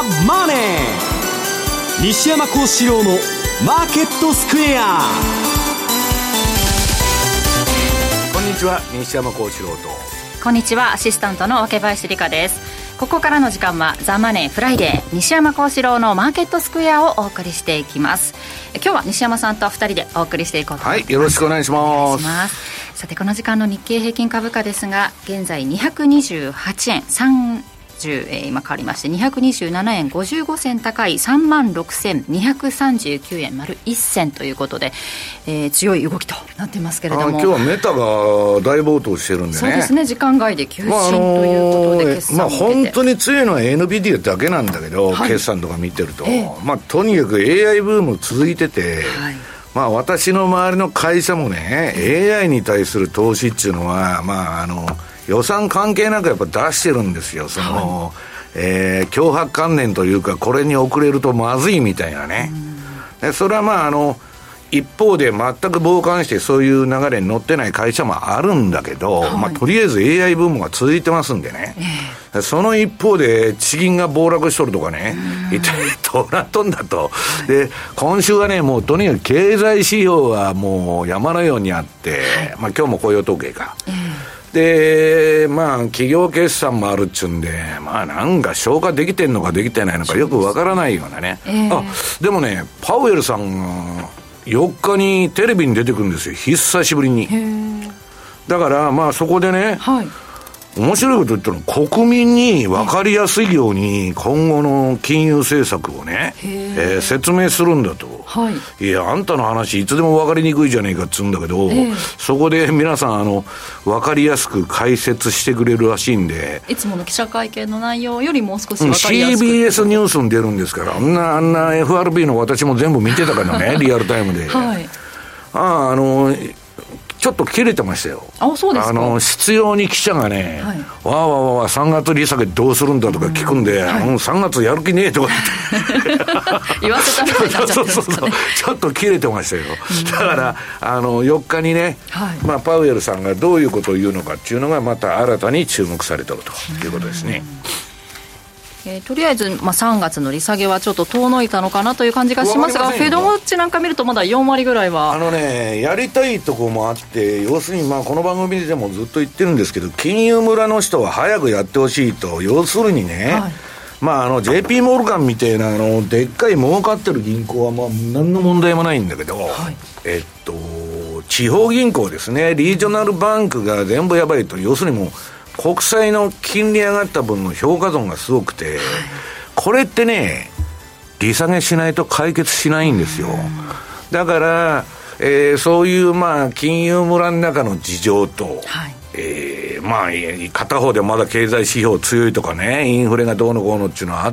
マネー。西山幸四郎のマーケットスクエア。 こんにちは、西山幸四郎と。 こんにちは、アシスタントの若林理香です。ここからの時間はザ・マネーフライデー、西山幸四郎のマーケットスクエアをお送りしていきます。今日は西山さんと2人でお送りしていこうと思います。 はい、よろしくお願いします。 さて、この時間の日経平均株価ですが、現在228円今変わりまして227円55銭高い 36,239 円丸1銭ということで、強い動きとなっていますけれども、 今日はメタが大暴騰してるんでね。 そうですね、時間外で急進ということで決算を受けて、 本当に強いのは NVIDIA だけなんだけど、決算とか見てると、とにかく AI ブーム続いてて、私の周りの会社もね、AI に対する投資っていうのは、予算関係なくやっぱ出してるんですよ。脅迫観念というか、これに遅れるとまずいみたいなね。でそれは一方で全く傍観してそういう流れに乗ってない会社もあるんだけど、とりあえず AI ブームが続いてますんでね、その一方で地銀が暴落しとるとかね、一体どうなっとんだと。で今週はね、もうとにかく経済指標はもう山のようにあって、今日も雇用統計か、で企業決算もあるっちゅうんで、なんか消化できてんのかできてないのかよくわからないようなね、でもね、パウエルさんが4日にテレビに出てくるんですよ、久しぶりに。だからそこでね、面白いこと言ったの、国民に分かりやすいように今後の金融政策をね、説明するんだと。いや、あんたの話いつでも分かりにくいじゃねえかっつうんだけど、そこで皆さん分かりやすく解説してくれるらしいんで、 いつもの記者会見の内容よりもう少し分かりやすく、 CBS ニュースに出るんですから、あんな FRB の私も全部見てたからねリアルタイムで、ちょっと切れてましたよ。 そうですか。 必要に記者がね、わーわーわー3月利下げどうするんだとか聞くんで、3月やる気ねえとか言って言わせたみたいになっちゃってますかね。 ちょっと切れてましたよ。だから4日にね、パウエルさんがどういうことを言うのかっていうのがまた新たに注目されているということですね。 とりあえず、3月の利下げはちょっと遠のいたのかなという感じがしますが、フェドウォッチなんか見るとまだ4割ぐらいはやりたいとこもあって、要するにこの番組でもずっと言ってるんですけど、金融村の人は早くやってほしいと。要するにね、JP モルガンみたいなでっかい儲かってる銀行は何の問題もないんだけど、地方銀行ですね、リージョナルバンクが全部やばいと。要するにもう国債の金利上がった分の評価損がすごくて、これってね、利下げしないと解決しないんですよ。だから、そういう金融村の中の事情と、片方でまだ経済指標強いとかね、インフレがどうのこうのっていうのがあって、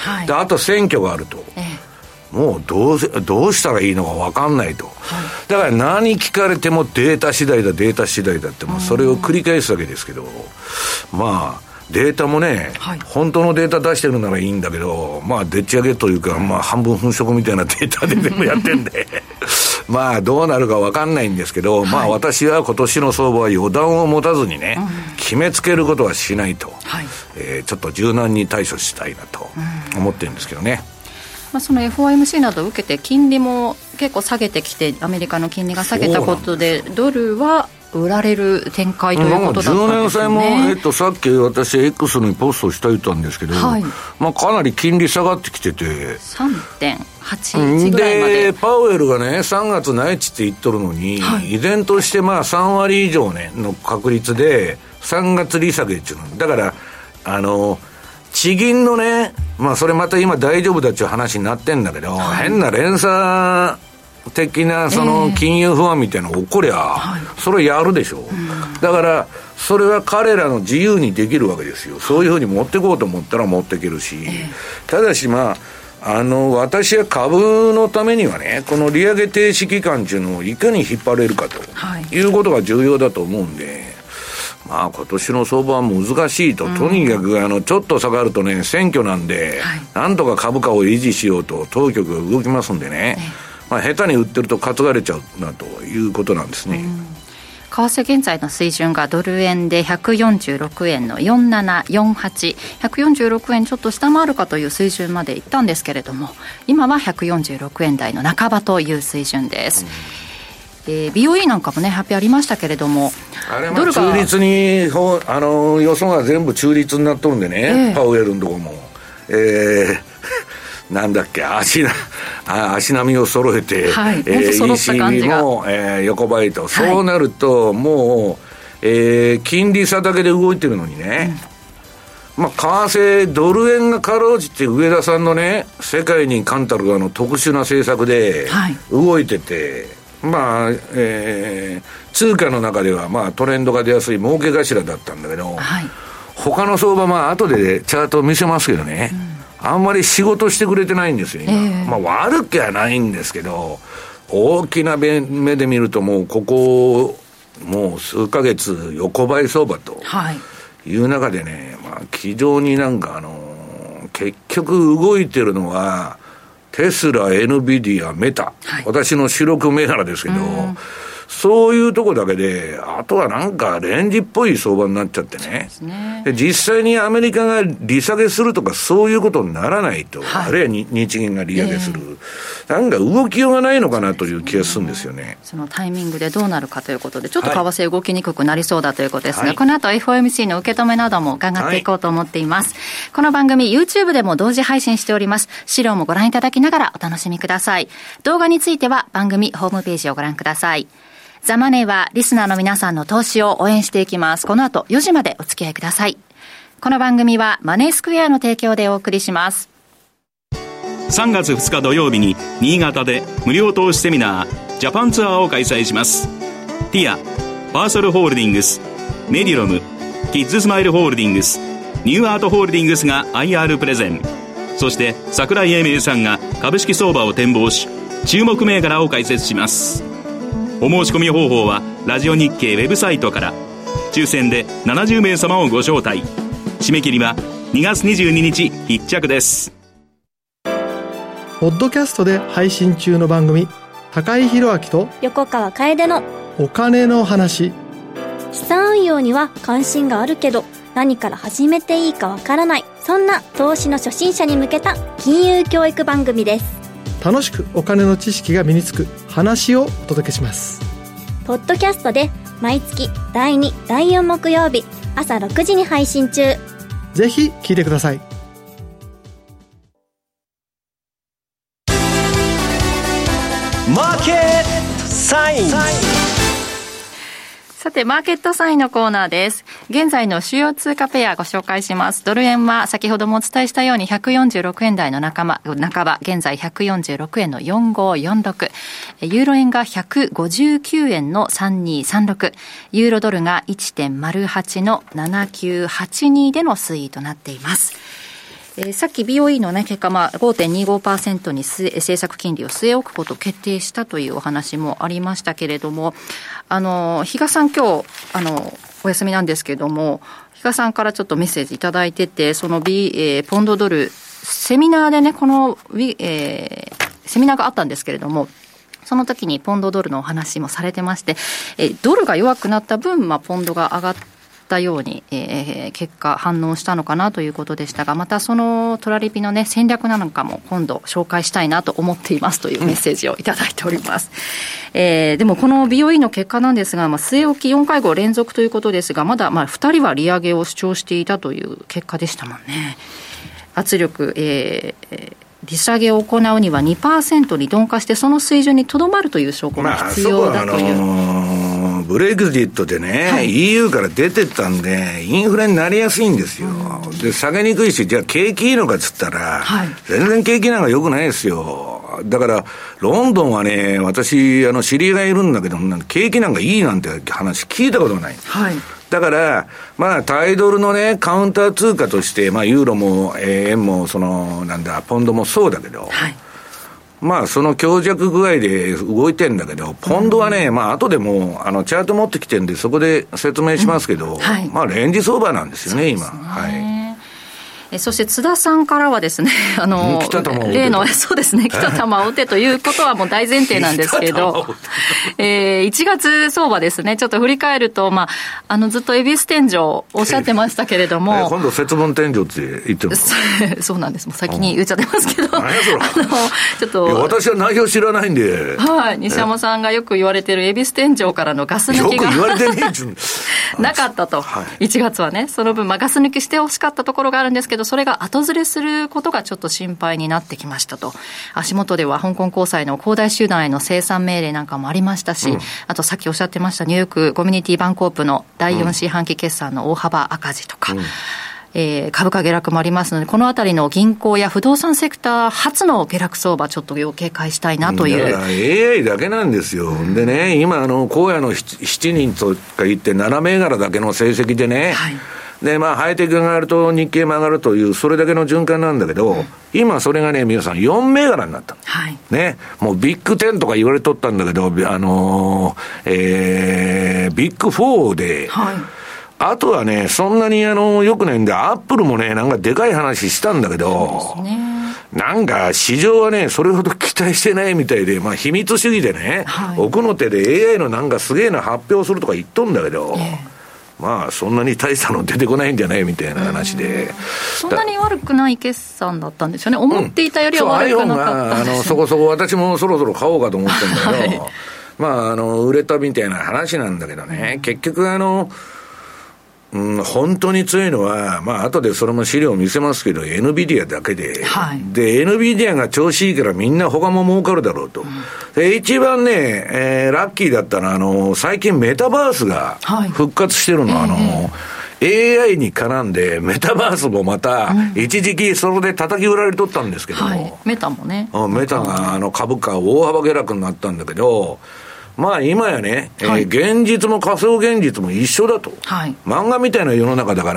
であと選挙があると、もうどうしたらいいのか分かんないと、だから何聞かれてもデータ次第だデータ次第だって、それを繰り返すわけですけど、データもね、本当のデータ出してるならいいんだけど、でっち上げというか、半分粉飾みたいなデータで全部やってんでどうなるか分かんないんですけど、私は今年の相場は予断を持たずにね、決めつけることはしないと、ちょっと柔軟に対処したいなと思ってるんですけどね。 その FOMC などを受けて金利も結構下げてきて、アメリカの金利が下げたことでドルは売られる展開ということだったんですよね。10年債も、 さっき私 X にポストしておいたんですけど、かなり金利下がってきてて 3.81 ぐらいまでで、パウエルがね3月ないっちって言っとるのに、依然として3割以上ねの確率で3月利下げっていうのだから、地銀のね、それまた今大丈夫だっていう話になってんだけど、変な連鎖的なその金融不安みたいなの起こりゃ、それやるでしょ。だからそれは彼らの自由にできるわけですよ。そういうふうに持っていこうと思ったら持っていけるし、ただし私は株のためにはね、この利上げ停止期間っていうのをいかに引っ張れるかということが重要だと思うんで、今年の相場は難しいと。とにかくちょっと下がるとね、選挙なんで、なんとか株価を維持しようと当局が動きますんでね、下手に売ってると担がれちゃうなということなんですね。 替現在の水準がドル円で146円の4748、146円ちょっと下回るかという水準までいったんですけれども、今は146円台の半ばという水準です。BOE なんかもね発表ありましたけれども、 あれ中立に予想が全部中立になっとるんでね、パウエルのとこも、なんだっけ、足並みを揃えて、 はい、ECB も、横ばいと、はい、そうなるともう、金利差だけで動いてるのにね、為替ドル円がかろうじて上田さんのね世界に冠たる特殊な政策で動いてて、通貨の中ではトレンドが出やすい儲け頭だったんだけど、はい、他の相場後でチャートを見せますけどね、あんまり仕事してくれてないんですよ今、悪気はないんですけど、大きな目で見るともうここもう数ヶ月横ばい相場という中でね、非常に結局動いてるのはテスラ、NVIDIA、メタ、はい、私の主力銘柄ですけど、そういうとこだけで、あとはレンジっぽい相場になっちゃってね。で実際にアメリカが利下げするとかそういうことにならないと、はい、あるいは日銀が利上げする、動きようがないのかなという気がするんですよね。 そのタイミングでどうなるかということで、ちょっと為替動きにくくなりそうだということですが、はい、この後 FOMC の受け止めなども伺っていこうと思っています、はい、この番組 YouTube でも同時配信しております。資料もご覧いただきながらお楽しみください。動画については番組ホームページをご覧ください。ザ・マネーはリスナーの皆さんの投資を応援していきます。この後4時までお付き合いください。この番組はマネースクエアの提供でお送りします。 3月2日土曜日に新潟で無料投資セミナージャパンツアーを開催します。ティア、パーソルホールディングス、メディロム、キッズスマイルホールディングス、ニューアートホールディングスが IR プレゼン、そして櫻井英明さんが株式相場を展望し注目銘柄を解説します。お申し込み方法はラジオ日経ウェブサイトから。抽選で70名様をご招待。締め切りは2月22日必着です。 ポッドキャストで配信中の番組、高井宏明と横川楓のお金の話。 資産運用には関心があるけど何から始めていいかわからない、そんな投資の初心者に向けた金融教育番組です。 楽しくお金の知識が身につく話をお届けします。 ポッドキャストで毎月第2、第4木曜日朝6時に配信中。 ぜひ聞いてください。 マーケットサイン。 さてマーケットサインのコーナーです。現在の主要通貨ペアご紹介します。ドル円は先ほどもお伝えしたように146円台の半ば、現在146円の4546、ユーロ円が159円の3236、ユーロドルが 1.08 の7982での推移となっています。さっき BOE の、結果、5.25% に政策金利を据え置くことを決定したというお話もありましたけれども、比嘉さん今日お休みなんですけれども、比嘉さんからちょっとメッセージいただいてて、その、ポンドドルセミナーでね、この、セミナーがあったんですけれども、その時にポンドドルのお話もされてまして、ドルが弱くなった分、ポンドが上がったように、結果反応したのかなということでしたが、またそのトラリピの、戦略なんかも今度紹介したいなと思っていますというメッセージをいただいております。でもこの BOE の結果なんですが、据え置き4会合連続ということですが、まだ2人は利上げを主張していたという結果でしたもんね。圧力、利下げを行うには 2% に鈍化してその水準にとどまるという証拠が必要だという、 ブレグジットでね、はい、EU から出てったんでインフレになりやすいんですよ、で下げにくいし、じゃあ景気いいのかっつったら、はい、全然景気なんか良くないですよ。だからロンドンはね、私知り合いがいるんだけど、景気なんかいいなんて話聞いたことがない、はい、だから対ドルのねカウンター通貨として、ユーロも、円もポンドもそうだけど、はい、その強弱具合で動いてんだけど、ポンドはね、後でもチャート持ってきてるんでそこで説明しますけど、はい、レンジ相場なんですよね今。はい。 そして津田さんからはですね、例の、そうですね、北玉を打てということはもう大前提なんですけど、1月相場ですね、ちょっと振り返ると、ずっと恵比寿天井おっしゃってましたけれども、 今度節分天井って言ってます。 そうなんです。もう先に言っちゃってますけど、ちょっと私は内容知らないんで、 はい、西山さんがよく言われてる恵比寿天井からのガス抜きがよく言われてねえなかったと、1月はね、その分、ガス抜きしてほしかったところがあるんですけど、それが後ずれすることがちょっと心配になってきましたと。足元では香港高裁の恒大集団への清算命令なんかもありましたし、あとさっきおっしゃってましたニューヨークコミュニティバンコープの第4四半期決算の大幅赤字とか、株価下落もありますので、このあたりの銀行や不動産セクター初の下落相場、ちょっと要警戒したいなという。 AI だけなんですよ。でね、今荒野の7人とか言って7銘柄だけの成績でね、でハイテクが上がると日経も上がるというそれだけの循環なんだけど、今それがね皆さん4銘柄になった、ね、もうビッグ10とか言われとったんだけど、ビッグ4で、あとはねそんなに良くないんで、アップルもねなんかでかい話したんだけど、なんか市場はねそれほど期待してないみたいで、秘密主義でね、奥の手で AI のなんかすげえな発表するとか言っとんだけど、そんなに大したの出てこないんじゃないみたいな話で、 そんなに悪くない決算だったんですよね。思っていたよりは悪くなかったんですよね。 そこそこ私もそろそろ買おうかと思ってるんだけど、売れたみたいな話なんだけどね、結局本当に強いのは、後でそれも資料見せますけど、NVIDIA だけで、で、NVIDIA が調子いいからみんな他も儲かるだろうと。で、一番ね、ラッキーだったのは、最近メタバースが復活してるの、AI に絡んで、メタバースもまた、一時期それで叩き売られとったんですけども、 メタもね。 メタが株価大幅下落になったんだけど、今やね、現実も仮想現実も一緒だと。漫画みたいな世の中だから、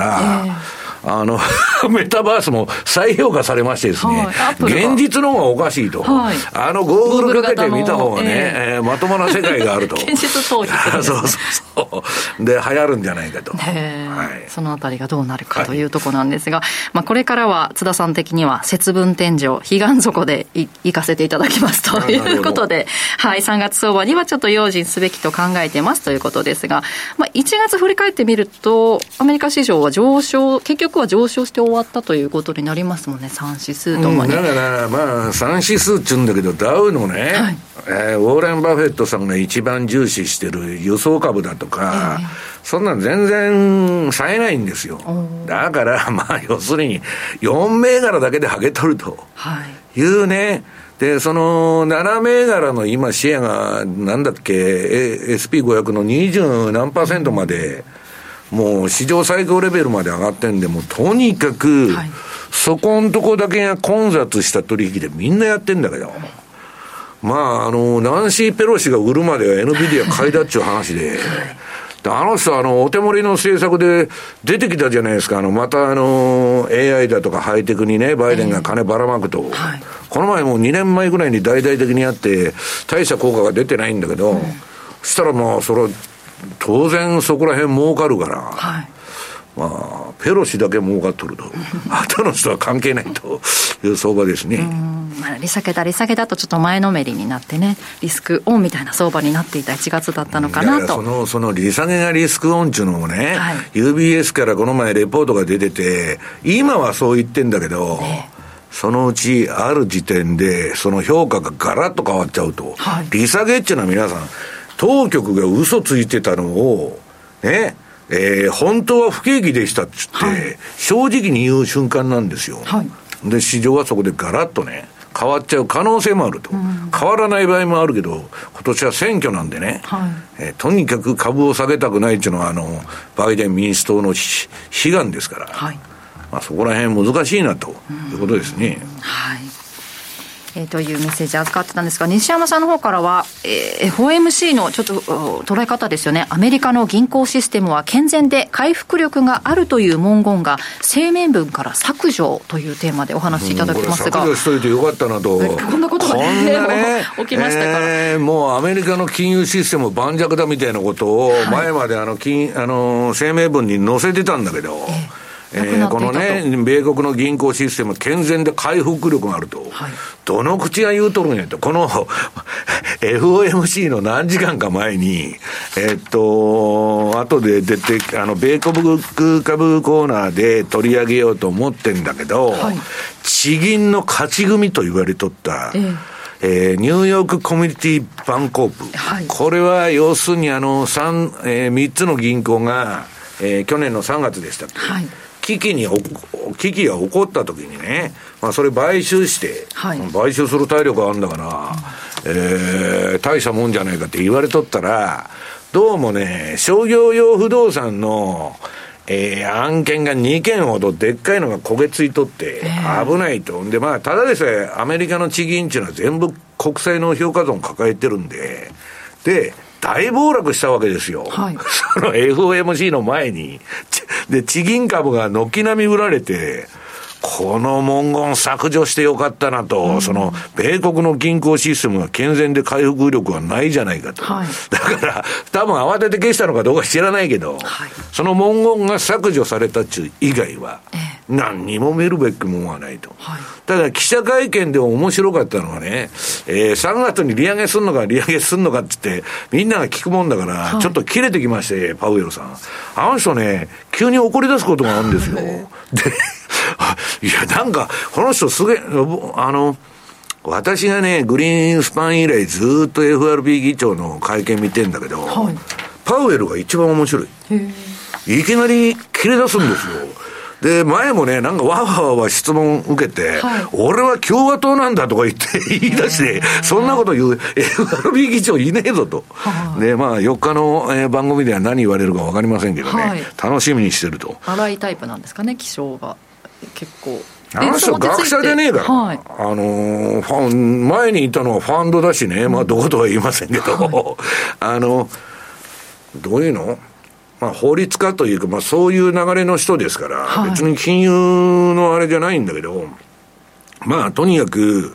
メタバースも再評価されましてですね、現実の方がおかしいと。ゴーグルかけてみた方がね、まともな世界があると。 現実逃避そうで、流行るんじゃないかと。 そのあたりがどうなるかというところなんですが、これからは津田さん的には節分天井、彼岸底で行かせていただきますということで、3月相場にはちょっと用心すべきと考えてますということですが、1月振り返ってみると、アメリカ市場は上昇、結局は上昇して終わったということになりますもんね、3指数ともに。 だから3指数って言うんだけど、ダウのね、ウォーレン・バフェットさんが一番重視してる輸送株だとか、そんなの全然冴えないんですよ。だから要するに4銘柄だけで上げとるというね。でその7銘柄の今シェアがなんだっけ、SP500 の20何%まで、もう史上最高レベルまで上がってんで、もうとにかく、そこんとこだけが混雑した取引でみんなやってんだけど、ナンシー・ペロシが売るまでは NVIDIA 買いだっちゅう話で、人お手盛りの政策で出てきたじゃないですか。またAI だとかハイテクにね、バイデンが金ばらまくと。この前も2年前ぐらいに大々的にやって、大した効果が出てないんだけど、そしたらそれは当然そこら辺儲かるから、ペロシだけ儲かっとると。後の人は関係ないという相場ですね。 利下げだとちょっと前のめりになってね、リスクオンみたいな相場になっていた1月だったのかなと。 その利下げがリスクオンっていうのもね、UBS からこの前レポートが出てて、今はそう言ってんだけど、そのうちある時点でその評価がガラッと変わっちゃうと。利下げっていうのは皆さん、当局が嘘ついてたのをね、本当は不景気でしたっつって、正直に言う瞬間なんですよ。で市場はそこでガラッとね変わっちゃう可能性もあると、変わらない場合もあるけど、今年は選挙なんでね、とにかく株を下げたくないっていうのはバイデン民主党の悲願ですから、そこら辺難しいなということですね。 というメッセージ預かってたんですが、西山さんの方からは、FOMC のちょっと捉え方ですよね。アメリカの銀行システムは健全で回復力があるという文言が声明文から削除というテーマでお話しいただきますが、 削除しといてよかったなと。 こんなことがね起きましたから、 もうアメリカの金融システム盤石だみたいなことを前まで声明文に載せてたんだけど、 このね、米国の銀行システム健全で回復力があると、はい、どの口が言うとるんやと、このFOMC の何時間か前に後で出て米国株コーナーで取り上げようと思ってんだけど、はい、地銀の勝ち組と言われとった、ニューヨークコミュニティバンコープ、はい、これは要するに3つの銀行が、去年の3月でしたっけ、はい、危機が起こった時にね、まあ、それ買収して、はい、買収する体力があるんだから、大したもんじゃないかって言われとったら、どうもね、商業用不動産の案件が2件ほどでっかいのが焦げついとって危ないと。で、まあ、ただでさえアメリカの地銀っていうのは全部国債の評価損抱えてるんで、で、大暴落したわけですよ。はい、その FOMC の前に。で、地銀株が軒並み売られて、この文言削除してよかったなと、その、米国の銀行システムが健全で回復力がないじゃないかと。はい、だから、多分慌てて消したのかどうか知らないけど、はい、その文言が削除されたっちゅう以外は、何にも見るべきもんはないと。はい、ただ、記者会見で面白かったのはね、3月に利上げすんのか利上げすんのかって言って、みんなが聞くもんだから、はい、ちょっと切れてきまして、パウエルさん。あの人ね、急に怒り出すことがあるんですよ。で、いや、なんか、この人すげえ、私がね、グリーンスパン以来ずっと FRB 議長の会見見てんだけど、はい、パウエルが一番面白い。いきなり切れ出すんですよ。で、前もね、なんかわーわー質問受けて、はい、俺は共和党なんだとか言い出して、そんなこと言う FRB 議長いねえぞと。で、まあ4日の、番組では何言われるか分かりませんけどね、はい、楽しみにしてると。 荒いタイプなんですかね、気象が。結構。 あの人学者でねえから、はい、前にいたのはファンドだしね、まあどことは言いませんけど、はい、どういうの？まあ、法律家というか、まあ、そういう流れの人ですから、はい、別に金融のあれじゃないんだけど、まあ、とにかく、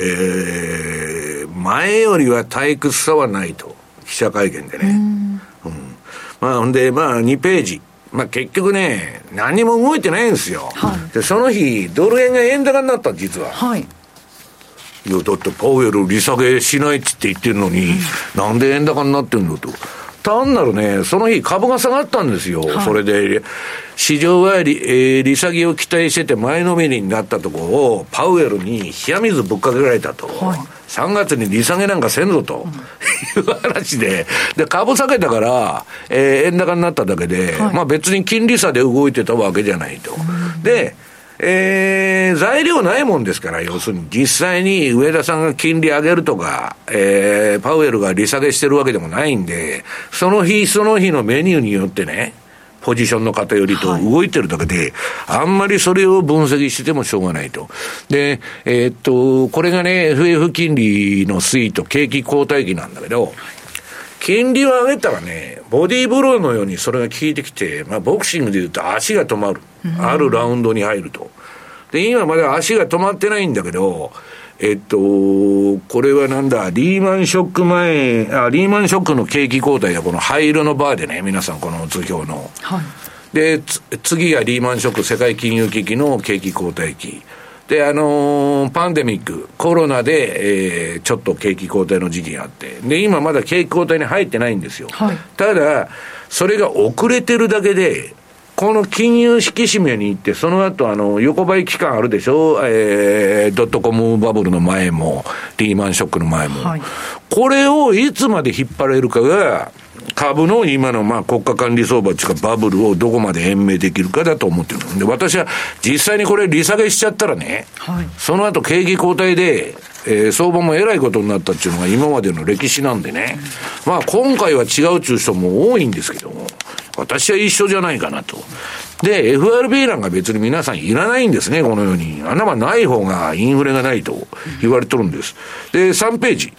前よりは退屈さはないと、記者会見でね。まあ、ほんで、まあ、2ページ。まあ、結局ね、何も動いてないんですよ。はい、で、その日、ドル円が円高になった、実は。はい。いや、だってパウエル利下げしないって言ってるのに、なんで円高になってんのと。単なるね、その日株が下がったんですよ。はい、それで、市場は利下げを期待してて前のめりになったところをパウエルに冷や水ぶっかけられたと。はい、3月に利下げなんかせんぞと、いう話で、で、株下げたから、円高になっただけで、はい、まあ別に金利差で動いてたわけじゃないと。で、材料ないもんですから、要するに実際に上田さんが金利上げるとか、パウエルが利下げしてるわけでもないんで、その日その日のメニューによってね、ポジションの偏りと動いてるだけで、はい、あんまりそれを分析してもしょうがないと。で、これがね、FF 金利の推移と景気後退期なんだけど、金利を上げたらね、ボディーブローのようにそれが効いてきて、まあボクシングで言うと足が止まる。あるラウンドに入ると。で、今まだ足が止まってないんだけど、これはなんだ、リーマンショックの景気後退がこの灰色のバーでね、皆さんこの図表の。はい、で、次がリーマンショック世界金融危機の景気後退期。で、パンデミック、コロナで、ちょっと景気後退の時期があって。で、今まだ景気後退に入ってないんですよ。はい、ただ、それが遅れてるだけで、この金融引き締めに行って、その後横ばい期間あるでしょ、ドットコムバブルの前も、リーマンショックの前も。はい、これをいつまで引っ張れるかが、株の今のまあ国家管理相場っていうかバブルをどこまで延命できるかだと思ってるんで、私は実際にこれ利下げしちゃったらね、はい、その後景気後退で、相場もえらいことになったっていうのが今までの歴史なんでね、まあ今回は違うっていう人も多いんですけども、私は一緒じゃないかなと。で、FRB なんか別に皆さんいらないんですね、このように。あんなもんない方がインフレがないと言われてるんです。で、3ページ。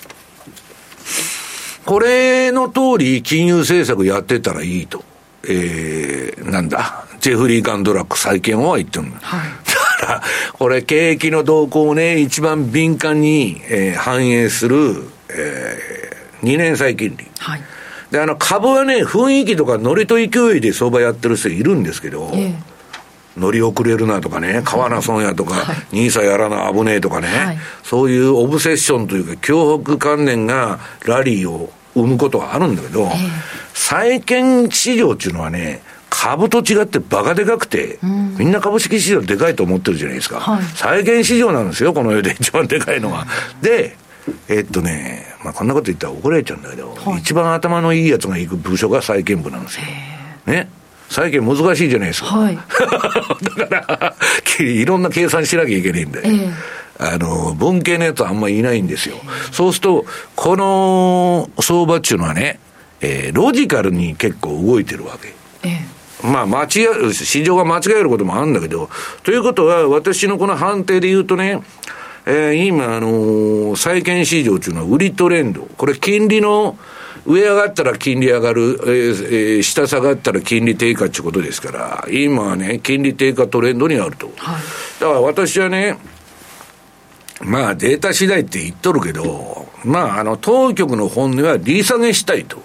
これの通り金融政策やってたらいいと。なんだ、ジェフリー・ガンドラック債券は言ってるの。はい、だから、これ景気の動向をね、一番敏感に、反映する、2年債金利。はい、で、株はね、雰囲気とかノリと勢いで相場やってる人いるんですけど、 乗り遅れるなとかね、買わな損やとか、ニーサやらな危ねえとかね、そういうオブセッションというか強迫観念がラリーを生むことはあるんだけど、債券市場っていうのはね、株と違ってバカでかくて、みんな株式市場でかいと思ってるじゃないですか。債券市場なんですよ、この世で一番でかいのは。で、まあこんなこと言ったら怒られちゃうんだけど、一番頭のいいやつが行く部署が債券部なんですよ。ね。債券難しいじゃないですか。だから、いろんな計算しなきゃいけないんで。文系のやつはあんまりいないんですよ。そうすると、この相場っていうのはね、ロジカルに結構動いてるわけ。まあ市場が間違えることもあるんだけど、ということは私のこの判定で言うとね、今債券市場っていうのは売りトレンド、これ金利の上上がったら金利上がる、下下がったら金利低下っていうことですから、今はね金利低下トレンドにあると、だから私はね、まあデータ次第って言っとるけど、まあ当局の本音は利下げしたいと、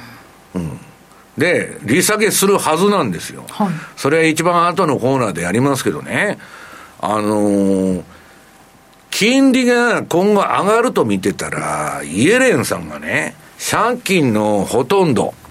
で利下げするはずなんですよ、それは一番後のコーナーでやりますけどね、金利が今後上がると見てたら、イエレンさんがね、借金のほとんど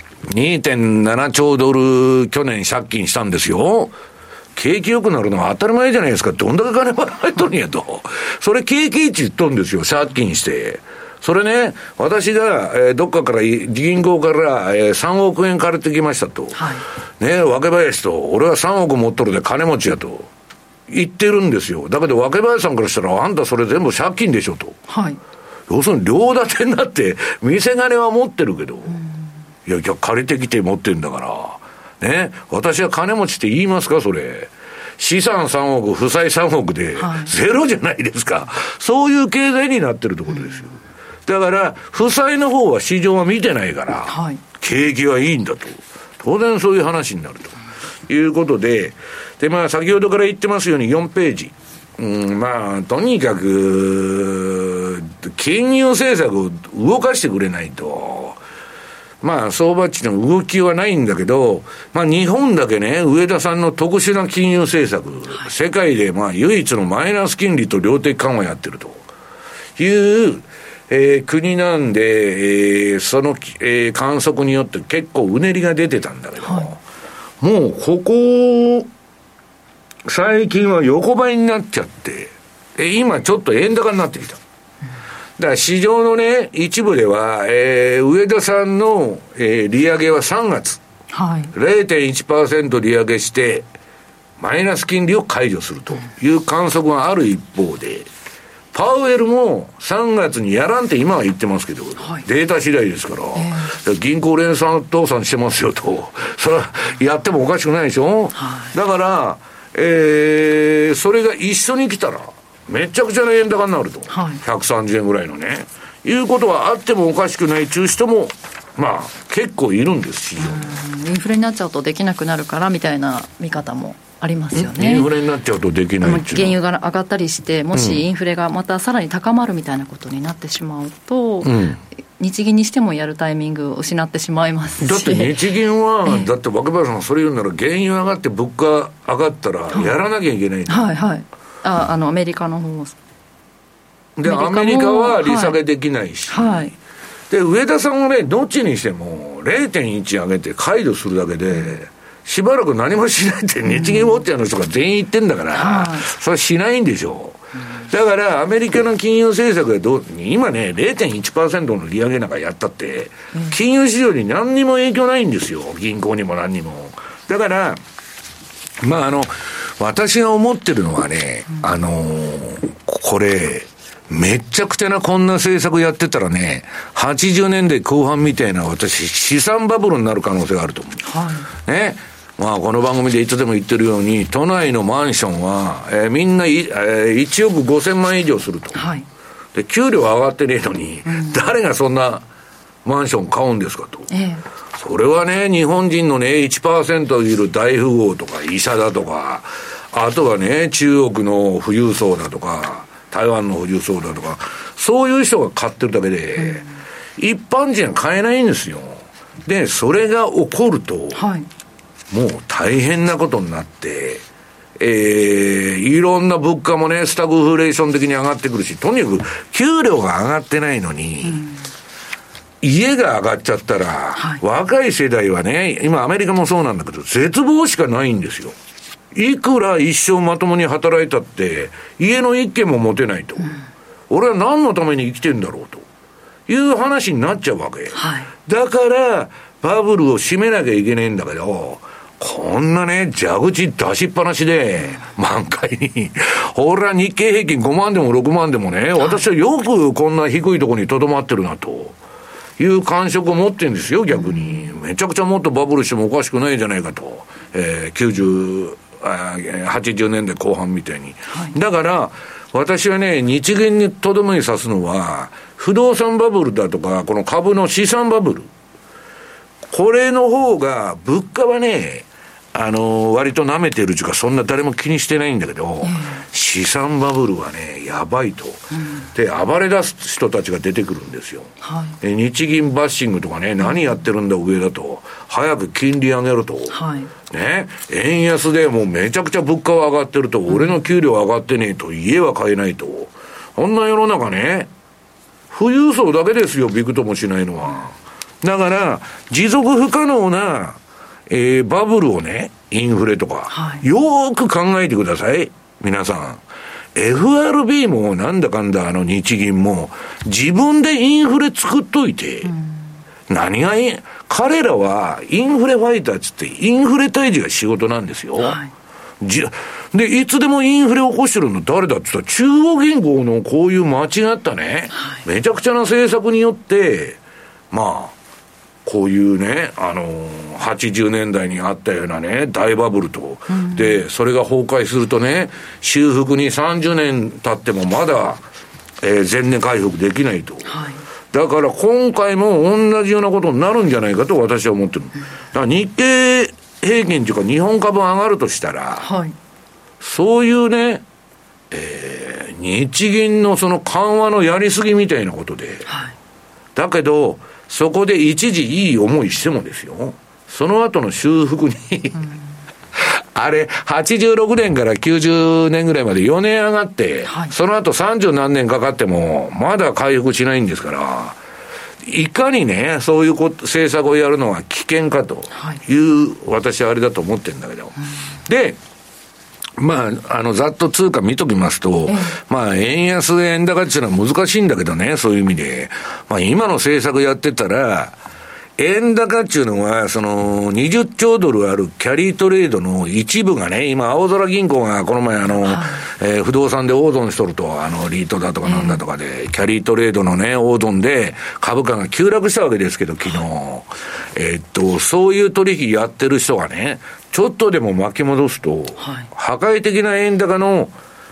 2.7 兆ドル去年借金したんですよ。景気良くなるのは当たり前じゃないですか。どんだけ金払えとるんやと。それ景気いいって言っとるんですよ、借金して。それね、私が、どっかから銀行から、3億円借りてきましたと、ね、若林と俺は3億持っとるで金持ちやと言ってるんですよ。だけど若林さんからしたら、あんたそれ全部借金でしょと、要するに両立てになって店金は持ってるけど、いや借りてきて持ってるんだからね、私は金持ちって言いますか。それ資産3億負債3億でゼロじゃないですか、そういう経済になってるところですよ。だから負債の方は市場は見てないから、景気はいいんだと、当然そういう話になるということで、まあ先ほどから言ってますように4ページ、まあとにかく金融政策を動かしてくれないと、まあ相場値の動きはないんだけど、まあ日本だけね、上田さんの特殊な金融政策、世界でまあ唯一のマイナス金利と量的緩和やってるという、国なんで、その、観測によって結構うねりが出てたんだけど、もうここ最近は横ばいになっちゃって、今ちょっと円高になってきた。だから市場のね、一部では、上田さんの、利上げは3月、0.1% 利上げしてマイナス金利を解除するという観測がある一方で、パウエルも3月にやらんって今は言ってますけど、データ次第ですから、銀行連鎖倒産してますよと、それはやってもおかしくないでしょ、だから、それが一緒に来たらめちゃくちゃな円高になると、130円ぐらいのね、いうことはあってもおかしくないという人もまあ結構いるんですよ。 インフレになっちゃうとできなくなるからみたいな見方もありますよね。 インフレになっちゃうとできないっていう、 原油が上がったりして、もしインフレがまたさらに高まるみたいなことになってしまうと、日銀にしてもやるタイミングを失ってしまいますし。 だって日銀はだって若林さんがそれ言うなら、原油上がって物価上がったらやらなきゃいけない、 アメリカの方で、アメリカは利下げできないし、で上田さんはね、どっちにしても 0.1 上げて解除するだけで、しばらく何もしないって日銀ウォッチャーの人が全員言ってんだから、それはしないんでしょう。だからアメリカの金融政策が今ね 0.1% の利上げなんかやったって、金融市場に何にも影響ないんですよ、銀行にも何にも。だからまあ私が思ってるのはね、これめっちゃくちゃなこんな政策やってたらね、80年代後半みたいな資産バブルになる可能性があると思う。ね。まあこの番組でいつでも言ってるように、都内のマンションは、みんな1億5000万以上すると。で、給料上がってねえのに、誰がそんなマンション買うんですかと。それはね、日本人のね、1% いる大富豪とか医者だとか、あとはね、中国の富裕層だとか、台湾の富裕層だとか、そういう人が買ってるだけで、一般人は買えないんですよ。で、それが起こると、もう大変なことになって、 いろんな物価もね、スタグフレーション的に上がってくるし、とにかく給料が上がってないのに、家が上がっちゃったら、若い世代はね、今アメリカもそうなんだけど、絶望しかないんですよ。いくら一生まともに働いたって、家の一軒も持てないと。俺は何のために生きてんだろうという話になっちゃうわけ。だから、バブルを閉めなきゃいけないんだけど、こんなね、蛇口出しっぱなしで、満開に、ほら日経平均5万でも6万でもね、私はよくこんな低いところに留まってるなという感触を持ってるんですよ、逆に。めちゃくちゃもっとバブルしてもおかしくないじゃないかと。80年代後半みたいに。だから、私はね、日銀にとどめに刺すのは、不動産バブルだとか、この株の資産バブル。これの方が、物価はね、割と舐めてるというか、そんな誰も気にしてないんだけど、資産バブルはね、やばいと。で、暴れ出す人たちが出てくるんですよ。日銀バッシングとかね、何やってるんだ上だと。早く金利上げろと。ね、円安でもうめちゃくちゃ物価は上がってると、俺の給料上がってねえと、家は買えないと。こんな世の中ね、富裕層だけですよ、びくともしないのは。だから、持続不可能な、バブルをね、インフレとか、よーく考えてください。皆さん。FRB もなんだかんだ日銀も、自分でインフレ作っといて、何が彼らはインフレファイターつって、インフレ退治が仕事なんですよ。で、いつでもインフレ起こしてるの誰だって言ったら、中央銀行のこういう間違ったね、めちゃくちゃな政策によって、まあ、こういうね、80年代にあったようなね、大バブルと。で、それが崩壊するとね、修復に30年経ってもまだ、前年回復できないと。だから今回も同じようなことになるんじゃないかと私は思ってる。だから日経平均というか日本株上がるとしたら、そういうね、日銀のその緩和のやりすぎみたいなことで、だけど、そこで一時いい思いしてもですよ、その後の修復にあれ86年から90年ぐらいまで4年上がって、その後30何年かかってもまだ回復しないんですから、いかにねそういう政策をやるのは危険かという、私はあれだと思ってるんだけど、でまあ、ざっと通貨見ときますと、まあ、円安円高っていうのは難しいんだけどね、そういう意味で。まあ、今の政策やってたら、円高っていうのは、その、20兆ドルあるキャリートレードの一部がね、今、青空銀行がこの前不動産で大損しとると、リートだとかなんだとかで、キャリートレードのね、大損で株価が急落したわけですけど、昨日。そういう取引やってる人がね、ちょっとでも巻き戻すと、破壊的な円高の、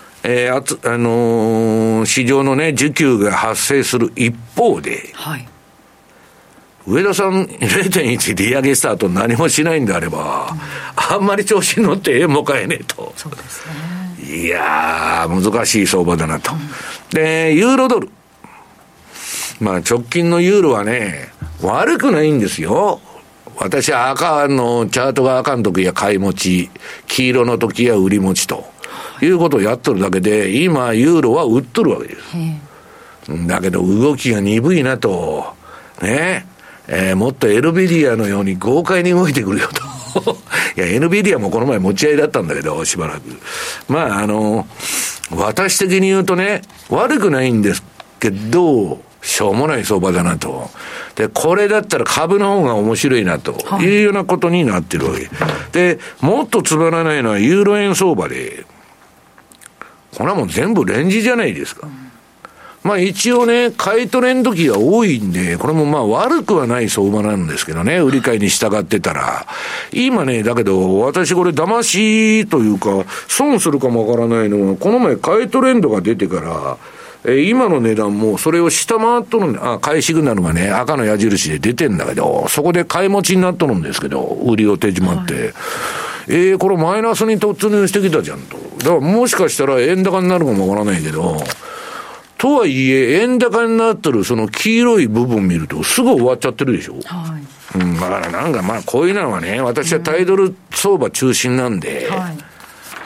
市場のね、需給が発生する一方で、上田さん 0.1 利上げした後何もしないんであれば、あんまり調子に乗って円も買えねえと。 そうですね。 いやー、難しい相場だなと。で、ユーロドル。まあ直近のユーロはね、悪くないんですよ。私は赤のチャートが赤の時は買い持ち、黄色の時は売り持ちということをやっとるだけで、今ユーロは売っとるわけです。だけど動きが鈍いなと。ね。もっと NVIDIA のように豪快に動いてくるよと。いや、NVIDIA もこの前持ち合いだったんだけど、しばらく。まあ、私的に言うとね、悪くないんですけど、しょうもない相場だなと。で、これだったら株の方が面白いなというようなことになってるわけ。で、もっとつまらないのはユーロ円相場で、これはもう全部レンジじゃないですか。まあ一応ね、買い取れん時が多いんで、これもまあ悪くはない相場なんですけどね、売り買いに従ってたら。今ね、だけど私これ騙しというか、損するかもわからないのは、この前買いトレンドが出てから、今の値段もそれを下回っとる買いシグナルがね、赤の矢印で出てんだけど、そこで買い持ちになっとるんですけど、売りを手締まって。これマイナスに突入してきたじゃんと。だからもしかしたら円高になるかもわからないけど、とはいえ、円高になってるその黄色い部分見るとすぐ終わっちゃってるでしょ。だからなんかまあこういうのはね、私はタイドル相場中心なんで、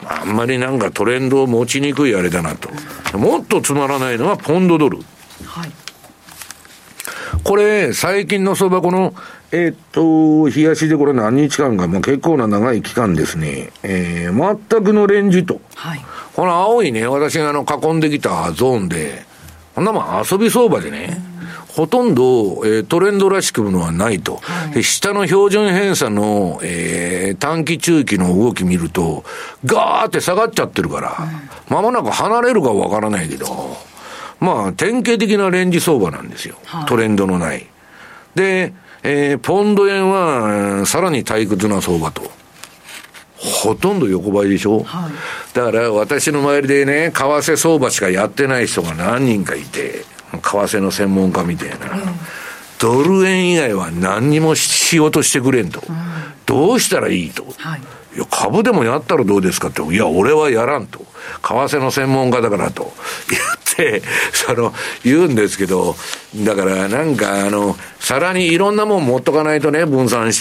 あんまりなんかトレンドを持ちにくいあれだなと。もっとつまらないのはポンドドル。 はい。 これ、最近の相場、この、冷やしでこれ何日間か、結構な長い期間ですね。全くのレンジと。 はい。この青いね、私が囲んできたゾーンで、こんなもん遊び相場でね、ほとんど、トレンドらしくものはないと。はい、で、下の標準偏差の、短期中期の動き見ると、ガーって下がっちゃってるから、間もなく離れるかわからないけど、典型的なレンジ相場なんですよ。はい、トレンドのない。で、ポンド円は、さらに退屈な相場と。ほとんど横ばいでしょ、はい、だから私の周りでね、為替相場しかやってない人が何人かいて、為替の専門家みたいな、ドル円以外は何にも仕事してくれんと。どうしたらいいと。はい、いや、株でもやったらどうですかって。いや、俺はやらんと。為替の専門家だからと言って、言うんですけど、だからさらにいろんなもん持っとかないとね、分散して、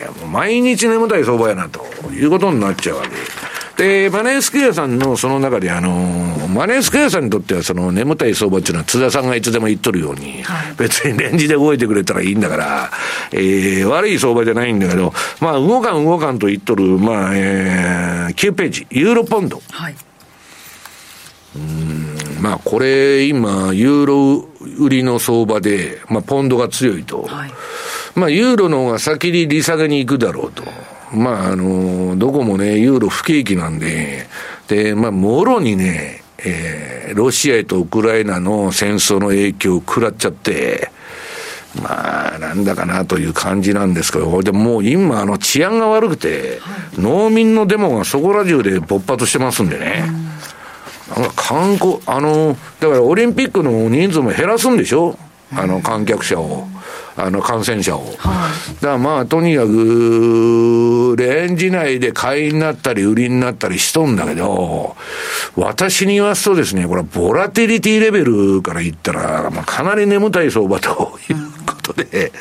毎日眠たい相場やなということになっちゃうわけで、マネースクエアさんのその中でマネースクエアさんにとっては眠たい相場っていうのは津田さんがいつでも言っとるように、はい、別にレンジで動いてくれたらいいんだから、悪い相場じゃないんだけど、動かんと言っとる、9ページ、ユーロポンド。はい、これ今ユーロ売りの相場で、ポンドが強いと、はい、ユーロの方が先に利下げに行くだろうと。どこもね、ユーロ不景気なんで、もろにね、ロシアとウクライナの戦争の影響を食らっちゃって、なんだかなという感じなんですけど、でもう今治安が悪くて、はい、農民のデモがそこら中で勃発してますんでね。観光、だからオリンピックの人数も減らすんでしょ、観客者を。感染者を。はい、だからとにかく、レンジ内で買いになったり売りになったりしとんだけど、私に言わすとですね、これはボラティリティレベルから言ったら、かなり眠たい相場ということで、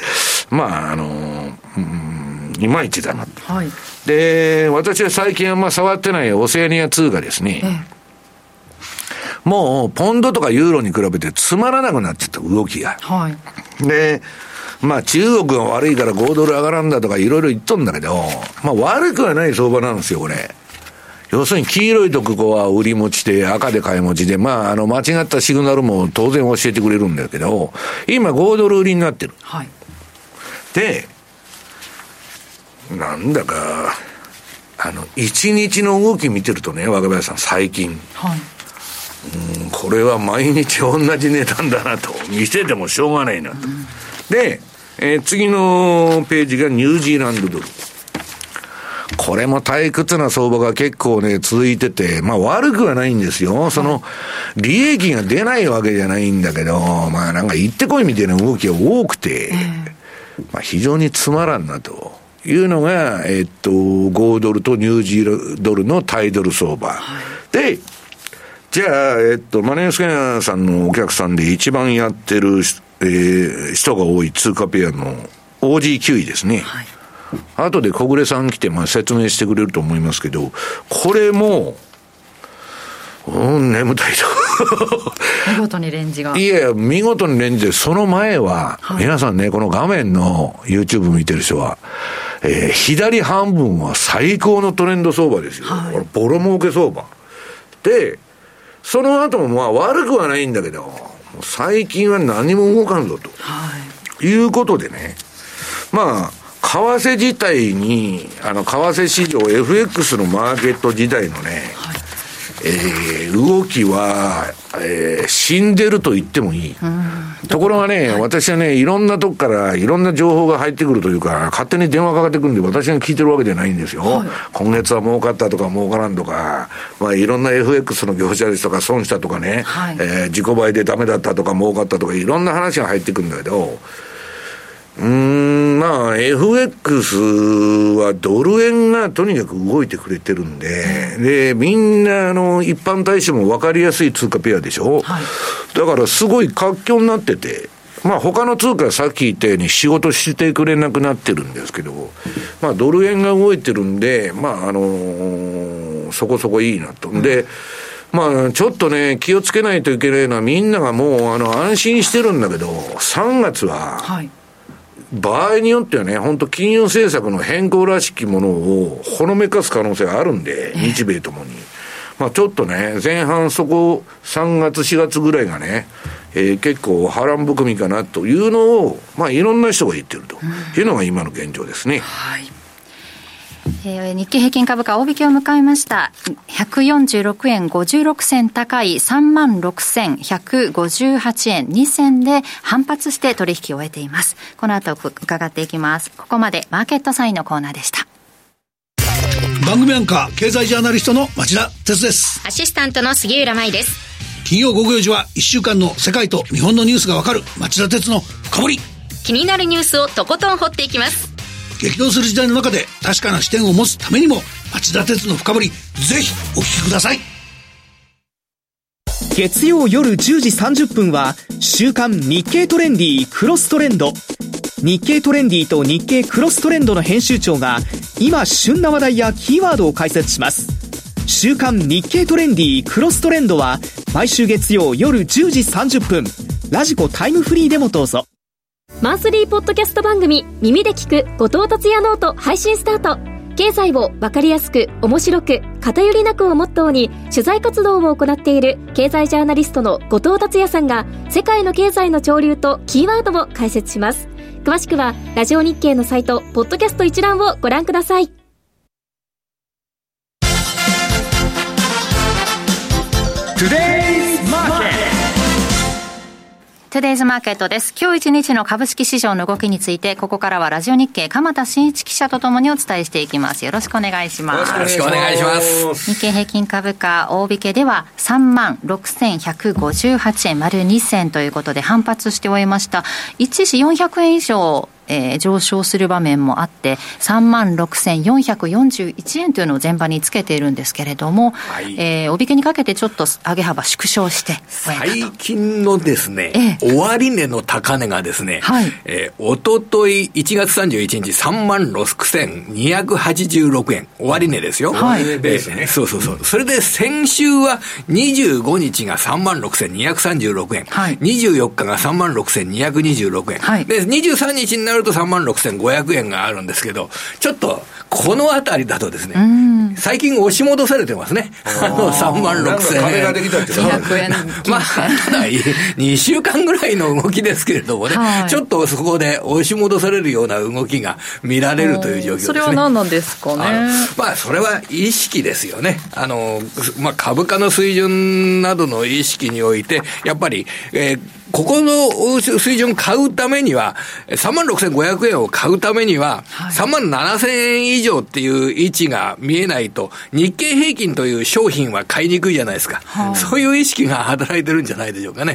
いまいちだなと。はい、で、私は最近触ってないオセアニア通貨ですね。もう、ポンドとかユーロに比べてつまらなくなっちゃった、動きが。はい、で、中国が悪いから5ドル上がらんだとかいろいろ言っとんだけど、悪くはない相場なんですよ、これ。要するに黄色いとこは売り持ちで赤で買い持ちで、間違ったシグナルも当然教えてくれるんだけど、今5ドル売りになってる。はい、で、なんだか、1日の動き見てるとね、若林さん、最近。はい、これは毎日同じ値段だなと。見せてもしょうがないなと。で、次のページがニュージーランドドル。これも退屈な相場が結構ね、続いてて、悪くはないんですよ。利益が出ないわけじゃないんだけど、行ってこいみたいな動きが多くて、非常につまらんなというのが、5ドルとニュージードルの対ドル相場。で、じゃあ、マネースキャンさんのお客さんで一番やってる、人が多い通貨ペアの OG9 位ですね。はい、後で小暮さん来て説明してくれると思いますけど、これも、眠たいと。 見事にレンジが。 いや、見事にレンジで、その前は、皆さんね、この画面の YouTube 見てる人は、左半分は最高のトレンド相場ですよ。はい、ボロ儲け相場。で、その後も悪くはないんだけど、最近は何も動かんぞと、はい、いうことでね、為替自体に為替市場 FX のマーケット自体のね、はい、動きは、死んでると言ってもいい。ところがね、はい、私はね、いろんなとこからいろんな情報が入ってくるというか、勝手に電話かかってくるんで私が聞いてるわけじゃないんですよ。はい、今月は儲かったとか儲からんとか、いろんな FX の業者ですとか損したとかね、はい、自己売でダメだったとか儲かったとかいろんな話が入ってくるんだけど、FX はドル円がとにかく動いてくれてるんで、で、みんな一般大衆も分かりやすい通貨ペアでしょ、はい、だからすごい活況になってて、他の通貨はさっき言ったように仕事してくれなくなってるんですけど、ドル円が動いてるんで、 そこそこいいなと。で、まあ、ちょっとね、気をつけないといけないのは、みんながもう、安心してるんだけど、3月は、はい、場合によってはね、本当金融政策の変更らしきものをほのめかす可能性があるんで、日米ともに。まあ、ちょっとね、前半そこ、3月、4月ぐらいがね、結構波乱含みかなというのを、まあ、いろんな人が言ってるというのが今の現状ですね。はい。 日経平均株価大引けを迎えました。146円56銭高い 36,158 円2銭で反発して取引を終えています。この後伺っていきます。ここまでマーケットサインのコーナーでした。 番組アンカー経済ジャーナリストの町田哲です。 アシスタントの杉浦舞です。 金曜午後4時は1週間の世界と日本のニュースがわかる町田哲の深掘り。 気になるニュースをとことん掘っていきます。 激動する時代の中で確かな視点を持つためにも町田鉄の深掘り、ぜひお聞きください。 月曜夜10時30分は週刊日経トレンディクロストレンド。日経トレンディと日経クロストレンドの編集長が今旬な話題やキーワードを解説します。週刊日経トレンディクロストレンドは毎週月曜夜10時30分ラジコタイムフリーでもどうぞ。 マンスリーポッドキャスト番組耳で聞く後藤達也ノート配信スタート。経済を分かりやすく面白く偏りなくをモットーに取材活動を行っている経済ジャーナリストの後藤達也さんが世界の経済の潮流とキーワードを解説します。詳しくはラジオ日経のサイトポッドキャスト一覧をご覧ください。 トゥデイズマーケットです。今日一日の株式市場の動きについて、ここからはラジオ日経鎌田新一記者とともにお伝えしていきます。よろしくお願いします。 よろしくお願いします。 日経平均株価大引けでは 36,158 円丸2銭ということで反発して終えました。一時400円以上上昇する場面もあって 36,441 円というのを前場につけているんですけれども、はい、お引けにかけてちょっと上げ幅縮小して最近のですね、終値の高値がですね、はい、おととい1月31日 36,286 円終値ですよ、はい、そうそうそう。それで先週は25日が 36,236 円、はい、24日が 36,226 円、はい、で23日になると 36,500 円があるんですけど、ちょっとこのあたりだとですね、最近押し戻されてますね。36,000円。 壁ができたって 200円。 まあ、ただ2週間ぐらいの動きですけれどもね、はい、ちょっとそこで押し戻されるような動きが見られるという状況ですね。 それは何なんですかね。 まあ、それは意識ですよね。まあ、株価の水準などの意識において、やっぱり、ここの水準買うためには、36,500 円を買うためには、37,000 円以上っていう位置が見えないと、日経平均という商品は買いにくいじゃないですか。そういう意識が働いてるんじゃないでしょうかね。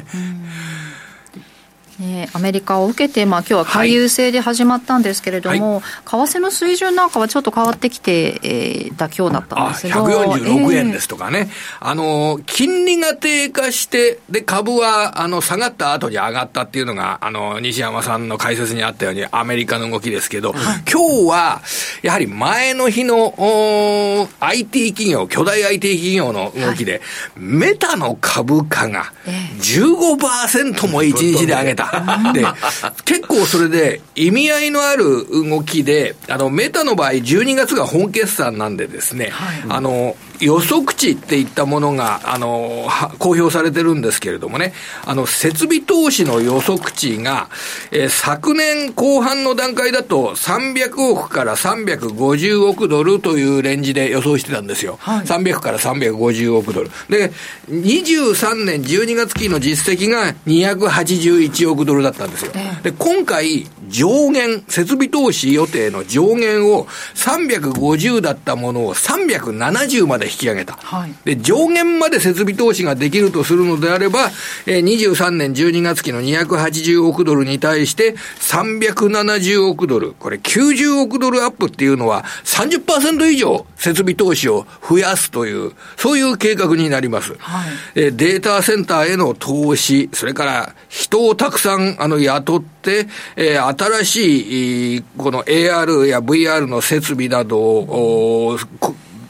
アメリカを受けて、今日は回遊制で始まったんですけれども、為替の水準なんかはちょっと変わってきてた今日だったんですけど、 146円ですとかね、金利が低下してで株は下がった後に上がったっていうのが西山さんの解説にあったようにアメリカの動きですけど、今日はやはり前の日のIT 企業、巨大 IT 企業の動きで、メタの株価が 15% も1日で上げた。で結構それで意味合いのある動きで、メタの場合12月が本決算なんでですね、はい、予測値っていったものが公表されてるんですけれどもね、設備投資の予測値が、昨年後半の段階だと300億から350億ドルというレンジで予想してたんですよ、はい、300から350億ドルで、23年12月期の実績が281億ドルだったんですよ。で今回上限、設備投資予定の上限を350だったものを370まで引き上げた、はい、で上限まで設備投資ができるとするのであれば、23年12月期の280億ドルに対して370億ドル、これ90億ドルアップっていうのは 30% 以上設備投資を増やすというそういう計画になります、はい、データセンターへの投資、それから人をたくさん雇って、新しいこの AR や VR の設備などを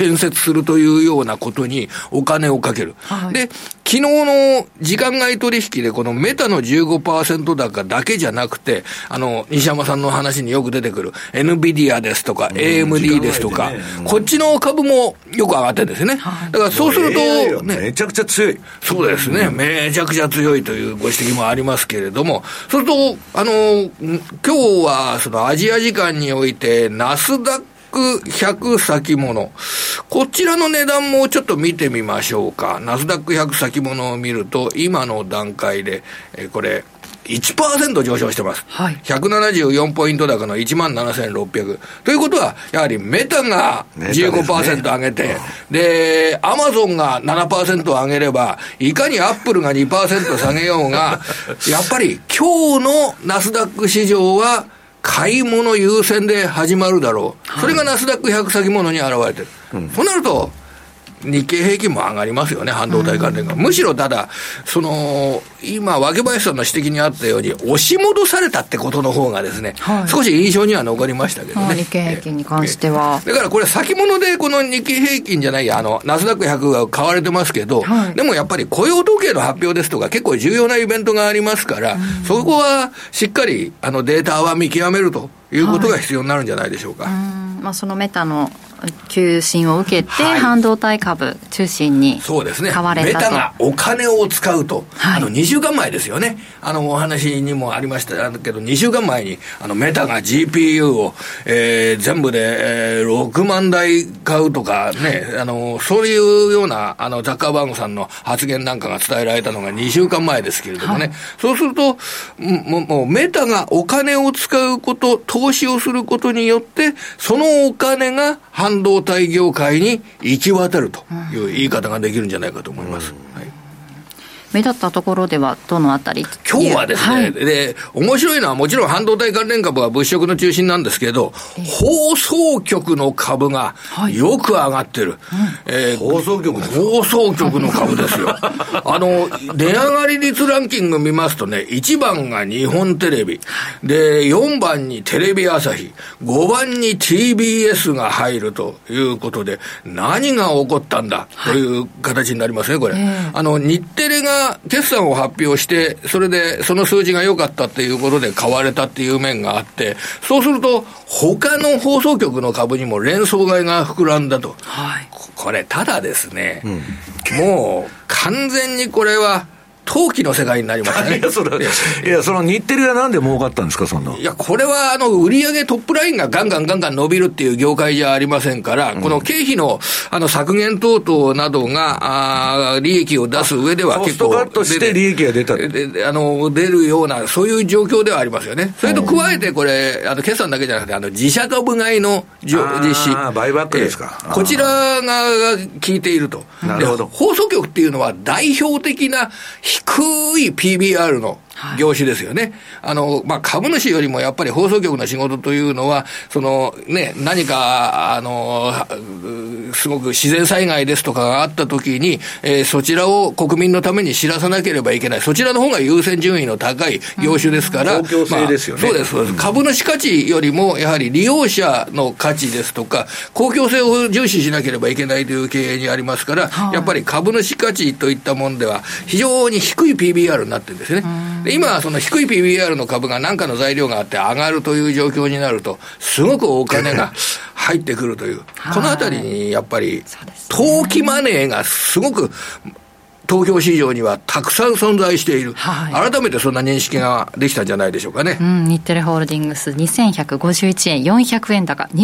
建設するというようなことにお金をかける。はい、で、昨日の時間外取引でこのメタの 15% 高だけじゃなくて、西山さんの話によく出てくる NVIDIA ですとか AMD ですとか、こっちの株もよく上がってるんですね。だからそうすると、ね、 めちゃくちゃ強い。 そうですね。めちゃくちゃ強いというご指摘もありますけれども、そうすると、今日はそのアジア時間において、ナスダック100先物。こちらの値段もちょっと見てみましょうか。ナスダック100先物を見ると、今の段階で、これ、1% 上昇してます。はい。174ポイント高の 17,600。ということは、やはりメタが 15% 上げて、で、アマゾンが 7% 上げれば、いかにアップルが 2% 下げようが、やっぱり今日のナスダック市場は、買い物優先で始まるだろう。それがナスダック100先物に現れてる。そうなると、日経平均も上がりますよね、半導体関連が。むしろただ、今、若林さんの指摘にあったように、押し戻されたってことの方がですね、はい、少し印象には残りましたけどね。 日経平均に関しては。 だからこれ先物でこの日経平均じゃないや、ナスダック100が買われてますけど、はい、でもやっぱり雇用統計の発表ですとか、結構重要なイベントがありますから、そこはしっかりデータは見極めるということが必要になるんじゃないでしょうか。 まあ、そのメタの急進を受けて、はい、半導体株中心に買われたと。そうですね。 メタがお金を使うと、はい、2週間前ですよね。お話にもありましたけど、2週間前にメタが GPU を、全部で、6万台買うとかね、そういうようなザッカーバーグさんの発言なんかが伝えられたのが2週間前ですけれどもね、はい、そうするともうメタがお金を使うこと、投資をすることによってそのお金が半導体業界に行き渡るという言い方ができるんじゃないかと思います。はい、 目立ったところではどのあたり？ 今日はですね、はい、で面白いのはもちろん半導体関連株は物色の中心なんですけど、放送局の株がよく上がってる。 放送局の株ですよ。値上がり率ランキング見ますとね、1番が日本テレビで、4番にテレビ朝日、5番に TBS が入るということで、何が起こったんだという形になりますね、これ。日テレが決算を発表して、それでその数字が良かったっていうことで買われたっていう面があって、そうすると他の放送局の株にも連想買いが膨らんだと。はい、これただですね、もう完全にこれは投機の世界になりましたね。 いや、その日テレがなんで儲かったんですか、そんな。 いや、これは売上トップラインがガンガン伸びるっていう業界じゃありませんから、この経費の削減等々などが利益を出す上では結構コストカットして利益が出た出るようなそういう状況ではありますよね。それと加えてこれ決算だけじゃなくて自社株買いの実施、 バイバックですか。 こちらが効いていると。 なるほど。 放送局っていうのは代表的な低い PBR の業種ですよね。株主よりもやっぱり放送局の仕事というのは、何か、すごく自然災害ですとかがあったときに、そちらを国民のために知らさなければいけない。そちらの方が優先順位の高い業種ですから。 公共性ですよね。 そうです。株主価値よりも、やはり利用者の価値ですとか、公共性を重視しなければいけないという経営にありますから、やっぱり株主価値といったものでは、非常に低い PBR になってるんですね。で今、その低い PBR の株が何かの材料があって上がるという状況になると、すごくお金が入ってくるという、このあたりにやっぱり、投機マネーがすごく、東京市場にはたくさん存在している、改めてそんな認識ができたんじゃないでしょうかね。 日テレホールディングス2151円400円高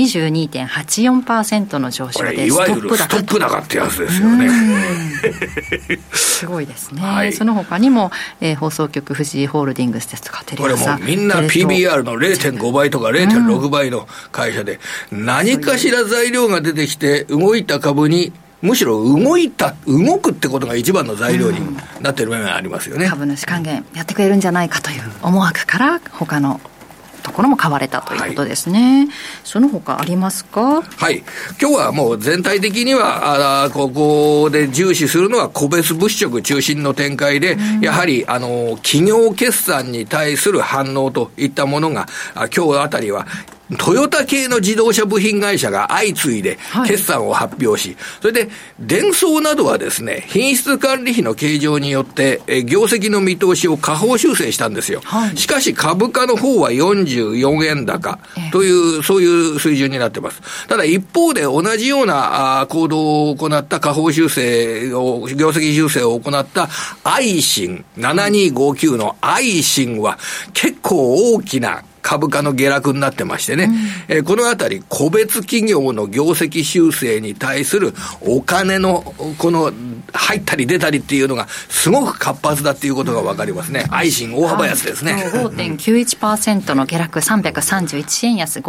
22.84% の上昇でいわゆるストップ高ってやつですよね。 すごいですね。はい、その他にも、放送局富士ホールディングスですとかテレ朝、 これもみんな PBR の 0.5 倍とか 0.6 倍の会社で、何かしら材料が出てきて動いた株にむしろ動くってことが一番の材料になっている面がありますよね。 株主還元やってくれるんじゃないかという思惑から他のところも買われたということですね。はい、その他ありますか？ はい。今日はもう全体的にはここで重視するのは個別物色中心の展開で、やはり企業決算に対する反応といったものが今日あたりはトヨタ系の自動車部品会社が相次いで決算を発表し、それでデンソーなどはですね、品質管理費の計上によって業績の見通しを下方修正したんですよ。しかし株価の方は44円高というそういう水準になってます。ただ一方で同じような行動を行った下方修正を業績修正を行ったアイシン7259のアイシンは結構大きな株価の下落になってましてね、このあたり個別企業の業績修正に対するお金のこの入ったり出たりっていうのがすごく活発だっていうことが分かりますね。アイシン大幅安ですね。 5.91% の下落331円安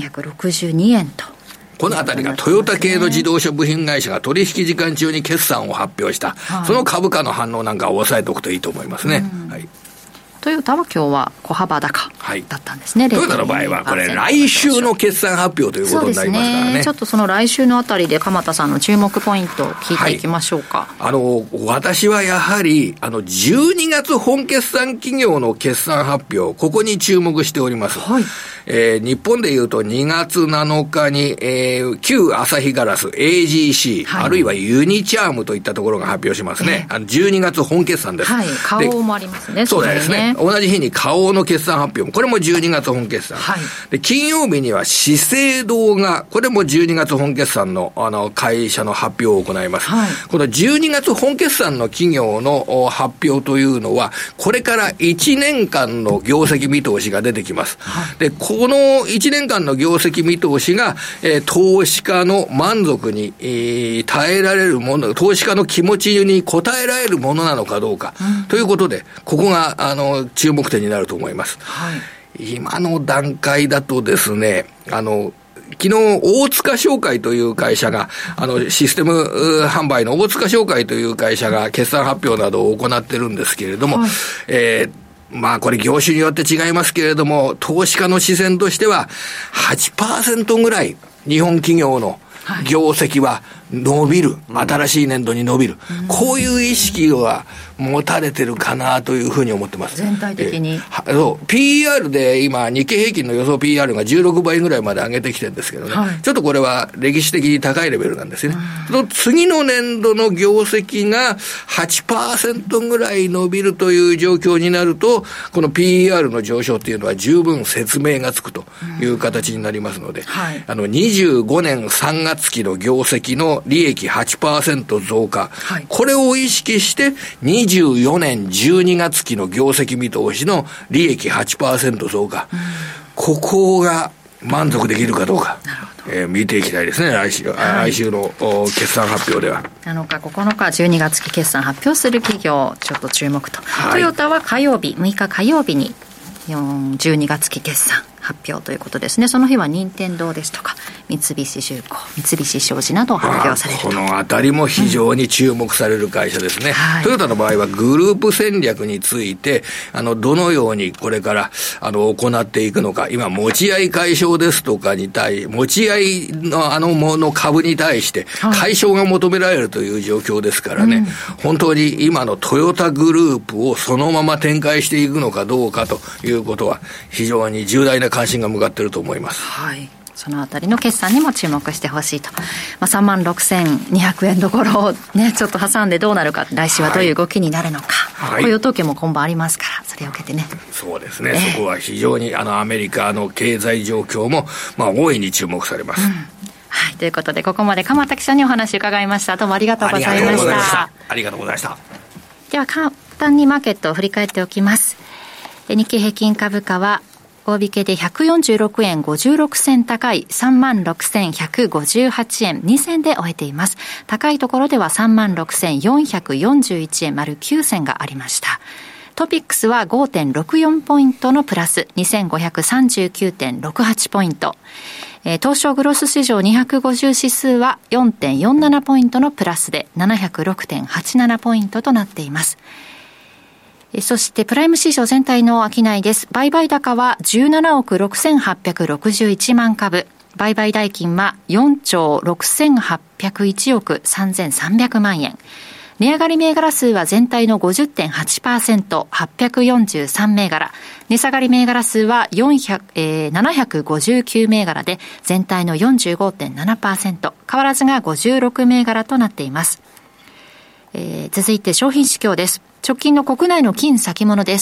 5262円と。 このあたりがトヨタ系の自動車部品会社が取引時間中に決算を発表した、その株価の反応なんかを押さえておくといいと思いますね。 トヨタは今日は小幅高だったんですね。 トヨタの場合はこれ来週の決算発表ということになりますからね。 そうですね。ちょっとその来週のあたりで鎌田さんの注目ポイントを聞いていきましょうか。 私はやはり12月本決算企業の決算発表、ここに注目しております。日本でいうと2月7日に、旧朝日ガラス AGC、あるいはユニチャームといったところが発表しますね。12月本決算です。 花王もありますね。 そうですね。同じ日に花王の決算発表も、これも12月本決算。で、金曜日には資生堂が、これも12月本決算の、会社の発表を行います。この12月本決算の企業の発表というのは、これから1年間の業績見通しが出てきます。で、この1年間の業績見通しが、投資家の満足に、耐えられるもの、投資家の気持ちに応えられるものなのかどうか、ということで、ここが、注目点になると思います。今の段階だとですね、昨日、大塚商会という会社が、システム販売の大塚商会という会社が決算発表などを行ってるんですけれども、まあこれ業種によって違いますけれども、投資家の視線としては 8% ぐらい日本企業の業績は伸びる、新しい年度に伸びる、こういう意識は持たれてるかなというふうに思ってます。 全体的に。 PER で今日経平均の予想 PER が16倍ぐらいまで上げてきてるんですけどね、ちょっとこれは歴史的に高いレベルなんですよね。次の年度の業績が 8% ぐらい伸びるという状況になると、この PER の上昇っていうのは十分説明がつくという形になりますので、25年3月期の業績の利益 8% 増加、これを意識して24年12月期の業績見通しの利益 8% 増加、ここが満足できるかどうか、見ていきたいですね。来週の決算発表では 7日9日12月期決算発表する企業ちょっと注目と、トヨタは火曜日6日火曜日に12月期決算発表ということですね。その日は任天堂ですとか三菱重工、三菱商事など発表されると。 このあたりも非常に注目される会社ですね。トヨタの場合はグループ戦略についてどのようにこれから行っていくのか、今持ち合い解消ですとかに対持ち合いのもの株に対して解消が求められるという状況ですからね、本当に今のトヨタグループをそのまま展開していくのかどうかということは非常に重大な関心が向かっていると思います。 そのあたりの決算にも注目してほしいと。36,200 円どころをね、ちょっと挟んでどうなるか、来週はどういう動きになるのか、雇用統計も今晩ありますから、それを受けてね。 そうですね、そこは非常にアメリカの経済状況も、大いに注目されます。 ということで、ここまで鎌田記者にお話を伺いました。どうもありがとうございました。 ありがとうございました。 では簡単にマーケットを振り返っておきます。日経平均株価は大引けで146円56銭高い 36,158 円2銭で終えています。高いところでは 36,441 円丸9銭がありました。トピックスは 5.64 ポイントのプラス 2539.68 ポイント。東証グロス市場250指数は 4.47 ポイントのプラスで 706.87 ポイントとなっています。そしてプライム市場全体の商いです。売買高は17億6861万株。売買代金は4兆6801億3300万円。 値上がり銘柄数は全体の 50.8%、843銘柄。値下がり銘柄数は759銘柄で、全体の 45.7%、変わらずが56銘柄となっています。続いて商品指標です。直近の国内の金先物です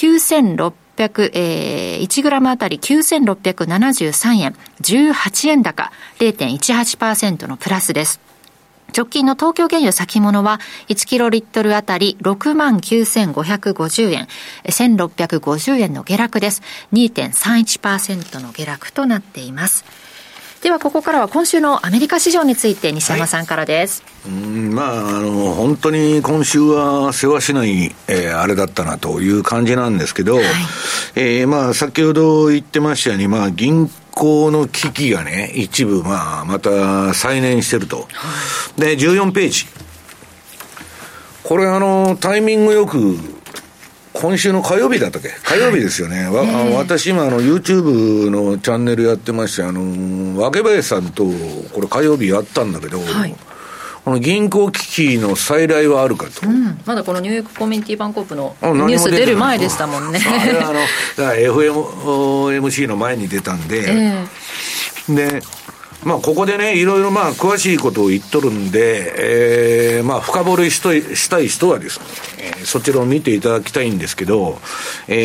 。1グラムあたり9673円、18円高、0.18% のプラスです。直近の東京原油先物は1キロリットルあたり69,550円、1650円の下落です。2.31% の下落となっています。ではここからは今週のアメリカ市場について西山さんからです。 本当に今週はせわしない、あれだったなという感じなんですけど、先ほど言ってましたように、銀行の危機がね、一部また再燃してると。で、14ページ。これタイミングよく、今週の火曜日だったっけ？火曜日ですよね。私今YouTube のチャンネルやってまして、若林さんとこれ火曜日やったんだけど、この銀行危機の再来はあるかと。 まだこのニューヨークコミュニティバンコープのニュース出る前でしたもんね。 あれはだから FOMC の前に出たんで、で、ここでね、いろいろ詳しいことを言っとるんで、深掘りしたい人はですね、そちらを見ていただきたいんですけど、そう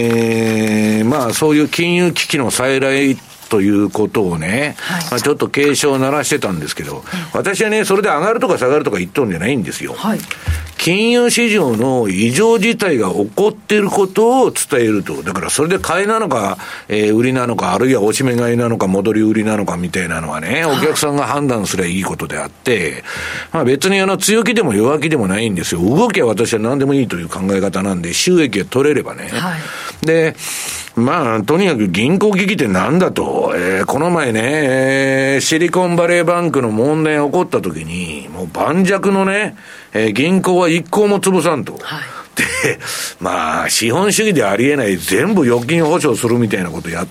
いう金融危機の再来ということをね、ちょっと警鐘を鳴らしてたんですけど、私はね、それで上がるとか下がるとか言っとるんじゃないんですよ。金融市場の異常事態が起こっていることを伝えると。だからそれで買いなのか、売りなのか、あるいは押し目買いなのか、戻り売りなのかみたいなのはね、お客さんが判断すればいいことであって、別に強気でも弱気でもないんですよ。動きは私は何でもいいという考え方なんで、収益が取れればね。で、とにかく銀行危機ってなんだと、この前ね、シリコンバレーバンクの問題が起こった時に、もう盤石のね、銀行は一行も潰さんと。で、資本主義でありえない全部預金保証するみたいなことやって、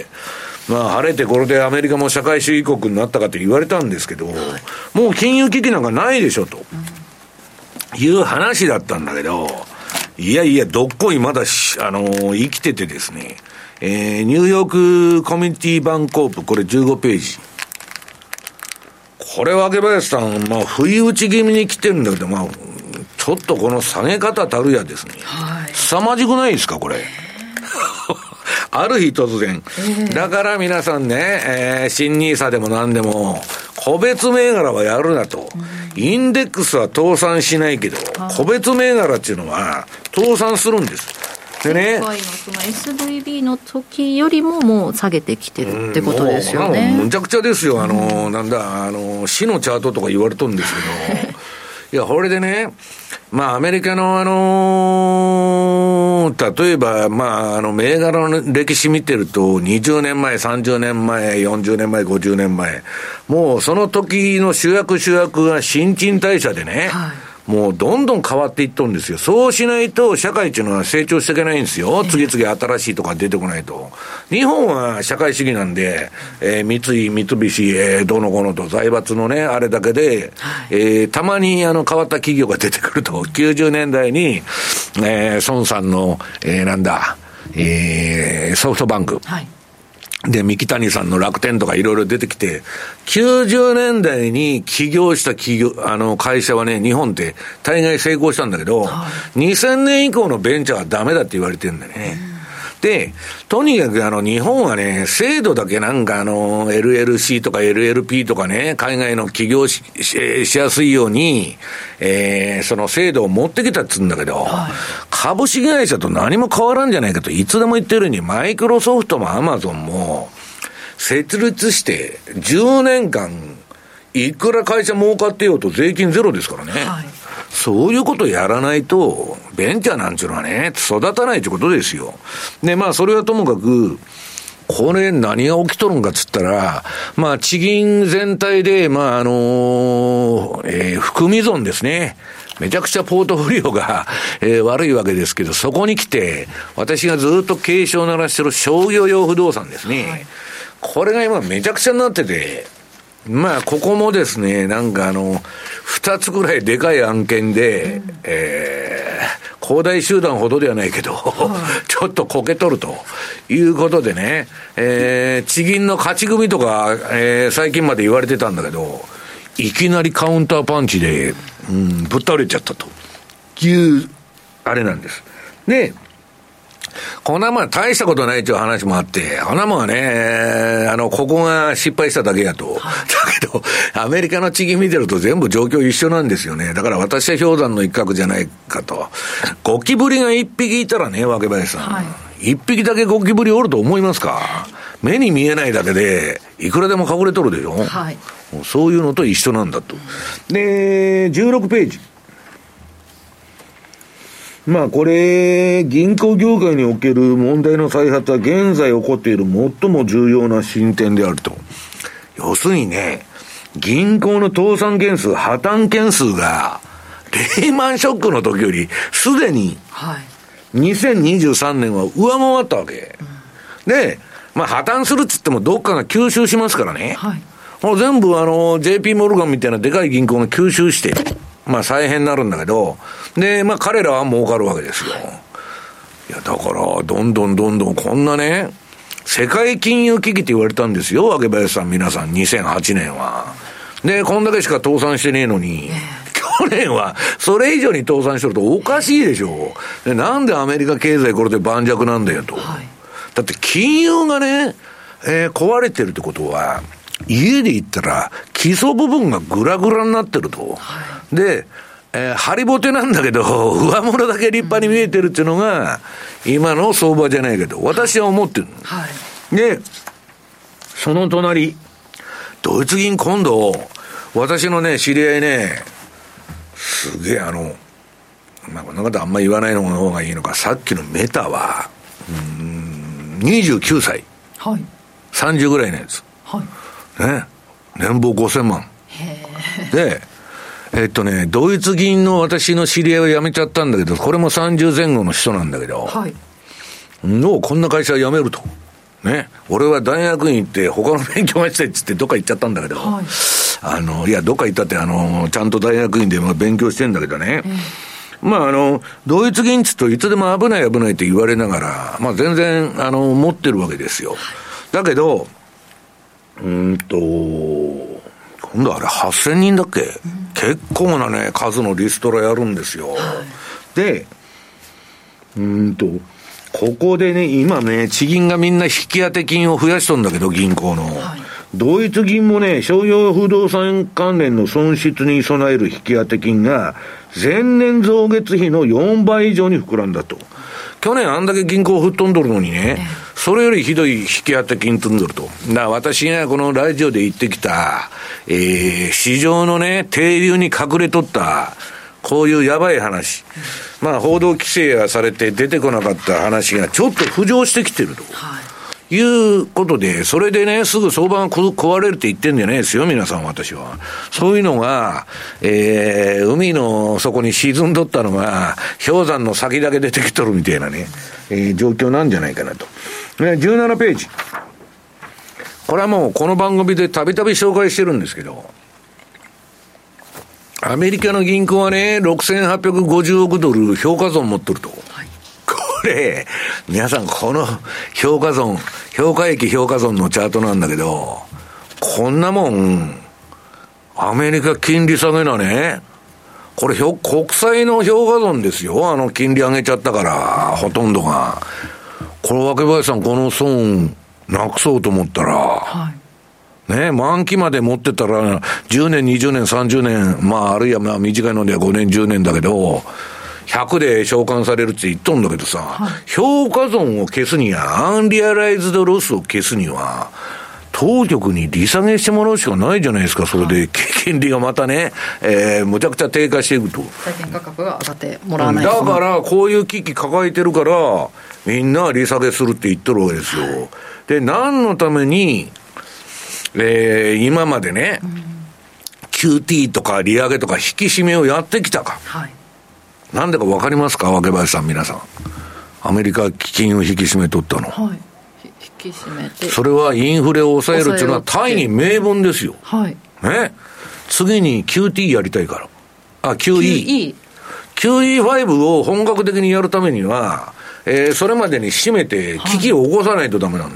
晴れてこれでアメリカも社会主義国になったかって言われたんですけど、もう金融危機なんかないでしょと、いう話だったんだけど、いやいや、どっこいまだ生きててですね、ニューヨークコミュニティバンコープ、これ15ページ。これは若林さん、不意打ち気味に来てるんだけど、ちょっとこの下げ方たるやですね。凄まじくないですか、これ。ある日突然。だから皆さんね、新ニーサでも何でも、個別銘柄はやるなと。インデックスは倒産しないけど、個別銘柄っていうのは倒産するんです。でね、 今回のその SVB の時よりももう下げてきてるってことですよね。 むちゃくちゃですよ。死のチャートとか言われとるんですけど、いや、これでね、アメリカの例えば、銘柄の歴史見てると、20年前、30年前、40年前、50年前、もうその時の主役が新陳代謝でね、もうどんどん変わっていっとるんですよ。そうしないと社会っていうのは成長していけないんですよ。次々新しいとか出てこないと。日本は社会主義なんで、三井、三菱、どのこのと財閥のね、あれだけで、たまに変わった企業が出てくると、90年代に、孫さんの、ソフトバンク。で、三木谷さんの楽天とかいろいろ出てきて、90年代に起業した会社はね、日本って大概成功したんだけど、2000年以降のベンチャーはダメだって言われてるんだよね。で、とにかく日本はね、制度だけLLC とか LLP とかね、海外の起業しやすいように、その制度を持ってきたっつうんだけど、株式会社と何も変わらんじゃないかといつでも言ってるように、マイクロソフトもアマゾンも、設立して10年間、いくら会社儲かってようと税金ゼロですからね。そういうことをやらないと、ベンチャーなんちゅうのはね、育たないってことですよ。で、それはともかく、これ何が起きとるんかっつったら、地銀全体で、含み損ですね。めちゃくちゃポートフォリオが、悪いわけですけど、そこに来て、私がずっと警鐘を鳴らしてる商業用不動産ですね。これが今めちゃくちゃになってて、 まあここもですね、なんか2つぐらいでかい案件で、恒大集団ほどではないけど、ちょっとこけとるということでね、地銀の勝ち組とか、最近まで言われてたんだけど、いきなりカウンターパンチで、ぶっ倒れちゃったというあれなんです。で、こんなまあ大したことないという話もあって、こんなもんはね、ここが失敗しただけやと。だけど、アメリカの地銀見てると全部状況一緒なんですよね。だから私は氷山の一角じゃないかと。ゴキブリが一匹いたらね、若林さん。一匹だけゴキブリおると思いますか？目に見えないだけで、いくらでも隠れとるでしょ。そういうのと一緒なんだと。で、16ページ。まあこれ、銀行業界における問題の再発は現在起こっている最も重要な進展であると。要するにね、銀行の倒産件数、破綻件数が、レーマンショックの時よりすでに、2023年は上回ったわけ。で、まあ破綻するっつってもどっかが吸収しますからね。もう全部JP モルガンみたいなでかい銀行が吸収して、まあ再編になるんだけど、で、まあ彼らは儲かるわけですよ。いや、だから、どんどんこんなね、世界金融危機って言われたんですよ、若林さん皆さん、2008年は。で、こんだけしか倒産してねえのに、去年はそれ以上に倒産してるとおかしいでしょ。で、なんでアメリカ経済これで盤石なんだよと。だって金融がね、壊れてるってことは、家で言ったら基礎部分がグラグラになってると。で、ハリボテなんだけど、上物だけ立派に見えてるっていうのが、今の相場じゃないけど、私は思ってる。で、その隣、ドイツ銀今度、私のね、知り合いね、すげえまあこんなことあんまり言わないの方がいいのか、さっきのメタは、29歳。30ぐらいのやつ。ね。年俸5000万。で、ドイツ銀の私の知り合いは辞めちゃったんだけど、これも30前後の人なんだけど、もうこんな会社は辞めると。ね。俺は大学院行って他の勉強がしたいっつってどっか行っちゃったんだけど、いや、どっか行ったってちゃんと大学院で勉強してんだけどね。まあドイツ銀つといつでも危ないって言われながら、まあ全然持ってるわけですよ。だけど、今度あれ8000人だっけ、結構なね、数のリストラやるんですよ。で、ここでね、今ね、地銀がみんな引き当て金を増やしとんだけど、銀行の。ドイツ銀もね、商業不動産関連の損失に備える引き当て金が、前年増月比の4倍以上に膨らんだと。去年あんだけ銀行吹っ飛んどるのにね、それよりひどい引き当て金積んどると。だから私がこのラジオで言ってきた、市場のね、底流に隠れとった、こういうやばい話。まあ報道規制がされて出てこなかった話がちょっと浮上してきてると。いうことで、それでね、すぐ相場が壊れるって言ってんじゃないですよ、皆さん、私は。そういうのが、海の底に沈んどったのが、氷山の先だけ出てきとるみたいなね、状況なんじゃないかなと。17ページ。これはもうこの番組でたびたび紹介してるんですけど、アメリカの銀行はね、6850億ドル評価損持っとると。これ、皆さんこの評価損、評価益評価損のチャートなんだけど、こんなもん、アメリカ金利下げなね、これ国債の評価損ですよ。金利上げちゃったから、ほとんどが。これ若林さん、この損なくそうと思ったら、ね、満期まで持ってたら、10年、20年、30年、まあ、あるいはまあ短いのでは5年、10年だけど、100で償還されるって言っとんだけどさ、評価損を消すには、アンリアライズドロスを消すには、当局に利下げしてもらうしかないじゃないですか。それで金利がまたね、むちゃくちゃ低下していくと。 債券価格が上がってもらわないだからこういう危機抱えてるから、みんな利下げするって言ってるわけですよ。で、何のために、今までね、QT とか利上げとか引き締めをやってきたか。なんでか分かりますか、若林さん、皆さん。アメリカ金融引き締め取ったの。 引き締めて、 それはインフレを抑えるっていうのは大義名分ですよ。 はい。 ね。次に QT やりたいから。QE。QE5 を本格的にやるためには、それまでに締めて危機を起こさないとダメなんです。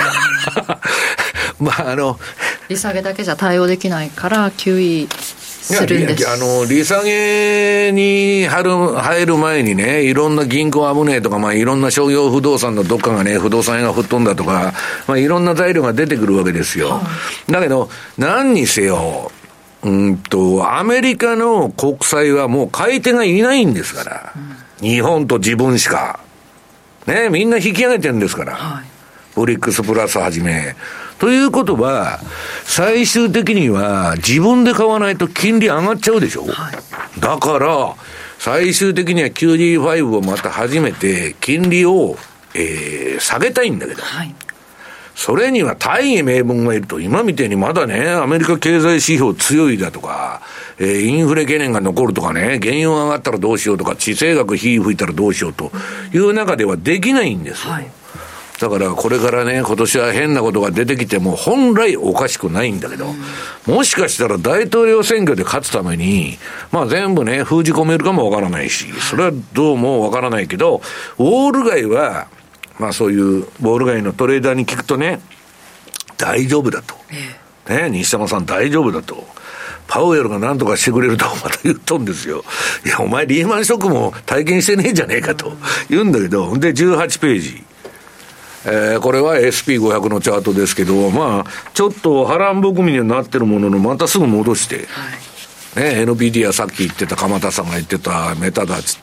まあ利下げだけじゃ対応できないから QE するんです。 利下げに入る前にね、いろんな銀行危ねえとか、まあいろんな商業不動産のどっかがね、不動産屋が吹っ飛んだとか、まあいろんな材料が出てくるわけですよ。だけど、何にせよ、アメリカの国債はもう買い手がいないんですから。日本と自分しか。ね、みんな引き上げてるんですから。はい、ブリックスプラスはじめ。ということは、最終的には自分で買わないと金利上がっちゃうでしょ。はい、だから、最終的には QD5 をまた始めて、金利を、下げたいんだけど。はい、それには大義名分がいると。今みたいにまだね、アメリカ経済指標強いだとか、インフレ懸念が残るとかね、原油が上がったらどうしようとか、地政学火吹いたらどうしようという中ではできないんですよ。はい、だからこれからね、今年は変なことが出てきても本来おかしくないんだけど、もしかしたら大統領選挙で勝つために、まあ全部ね、封じ込めるかもわからないし、それはどうもわからないけど、ウォール街は、まあそういうウォール街のトレーダーに聞くとね、大丈夫だと。ね、西山さん大丈夫だと。パウエルが何とかしてくれるとまた言っとんですよ。いや、お前リーマンショックも体験してねえんじゃねえかと言うんだけど、で、18ページ。これは SP500 のチャートですけど、まあ、ちょっと波乱含みにはなってるものの、またすぐ戻して、ね、NVIDIA さっき言ってた鎌田さんが言ってたメタだっつって、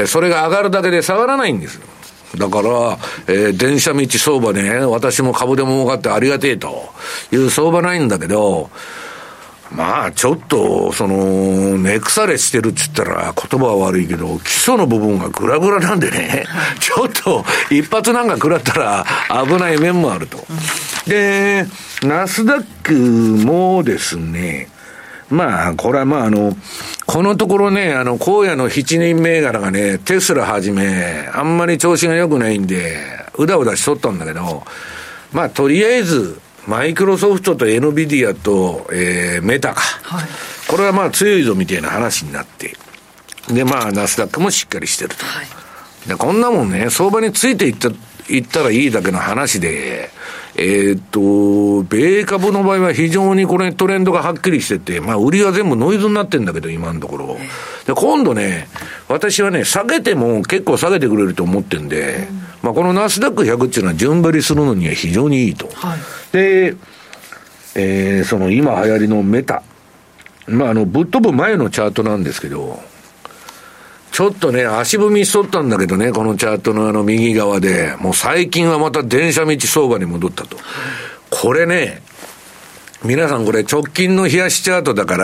それが上がるだけで下がらないんですよ。だから、電車道相場ね、私も株でも儲かってありがてえという相場ないんだけど、まあちょっと値腐れしてるっつったら言葉は悪いけど基礎の部分がグラグラなんでね、ちょっと一発なんか食らったら危ない面もあると。でナスダックもですね、まあこれはまあこのところね、荒野の7人銘柄がね、テスラはじめあんまり調子が良くないんでうだうだしとったんだけど、まあとりあえずマイクロソフトと NVIDIA と、メタか、はい、これはまあ強いぞみたいな話になって、でまあナスダックもしっかりしてると、はい、でこんなもんね、相場についていったらいいだけの話で、米株の場合は非常にこれトレンドがはっきりしてて、まあ売りは全部ノイズになってんだけど今のところ、で今度ね、私はね、下げても結構下げてくれると思ってんで、まあこのナスダック100っていうのは順張りするのには非常にいいと。はい、で、その今流行りのメタ、まあぶっ飛ぶ前のチャートなんですけど、ちょっとね、足踏みしとったんだけどね、このチャートの右側で、もう最近はまた電車道相場に戻ったと。これね、皆さんこれ直近の冷やしチャートだから、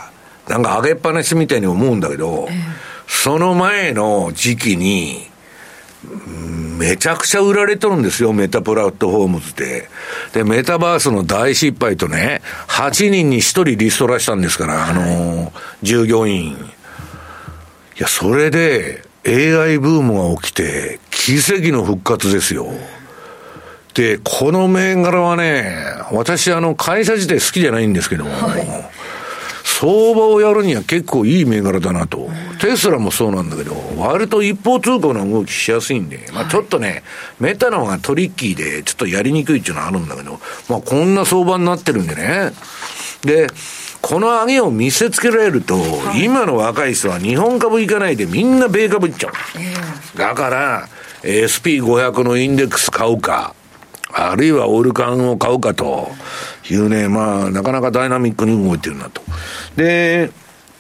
なんか上げっぱなしみたいに思うんだけど、その前の時期に、めちゃくちゃ売られとるんですよ、メタプラットフォームズで。で、メタバースの大失敗とね、8人に1人リストラしたんですから、従業員。いや、それで AI ブームが起きて、奇跡の復活ですよ。で、この銘柄はね、私会社自体好きじゃないんですけども、はい、相場をやるには結構いい銘柄だなと。テスラもそうなんだけど、割と一方通行な動きしやすいんで、まあちょっとね、メタの方がトリッキーで、ちょっとやりにくいっていうのはあるんだけど、まあこんな相場になってるんでね。で、この上げを見せつけられると、はい、今の若い人は日本株行かないでみんな米株行っちゃう。だから、SP500 のインデックス買うか、あるいはオルカンを買うかというね、まあ、なかなかダイナミックに動いてるなと。で、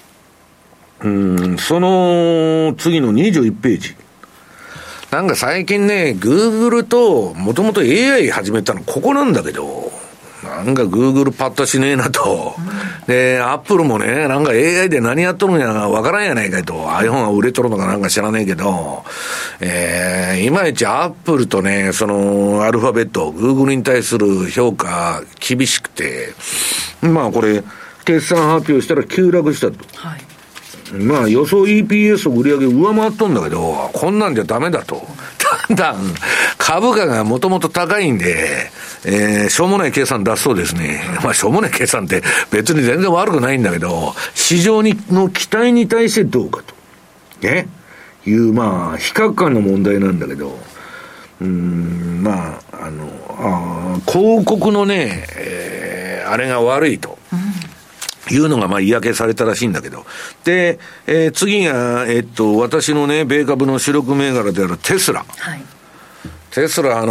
その次の21ページ。なんか最近ね、Google と、もともと AI 始めたのここなんだけど、なんか Google パッとしねえなと。で、Apple もね、なんか AI で何やっとるんやわからんやないかいと。iPhone が売れとるのかなんか知らねえけど、いまいち Apple とね、アルファベット、Google に対する評価厳しくて、まあこれ、決算発表したら急落したと。はい。まあ予想 EPS を売り上げ上回っとんだけど、こんなんじゃダメだと。 んだん株価がもともと高いんで、しょうもない計算出すそうですね。まあしょうもない計算って別に全然悪くないんだけど、市場の期待に対してどうかという、まあ比較感の問題なんだけど、まあ広告のね、あれが悪いと。いうのがまあ嫌気されたらしいんだけど。で、次が、私のね、米株の主力銘柄であるテスラ。はい、テスラ、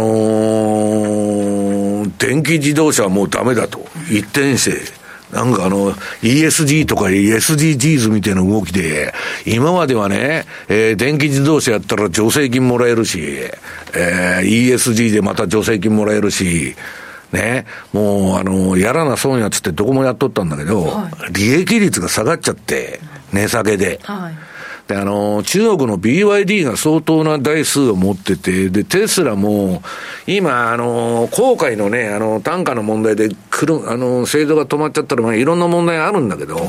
電気自動車はもうダメだと。一転して、なんかESG とか SDGs みたいな動きで、今まではね、電気自動車やったら助成金もらえるし、ESG でまた助成金もらえるし、ね、もうやらなそうやつってどこもやっとったんだけど、はい、利益率が下がっちゃって、値下げで。はい、で、中国の BYD が相当な台数を持ってて、で、テスラも、今、航海のね、単価の問題で製造が止まっちゃったら、まあ、いろんな問題があるんだけど、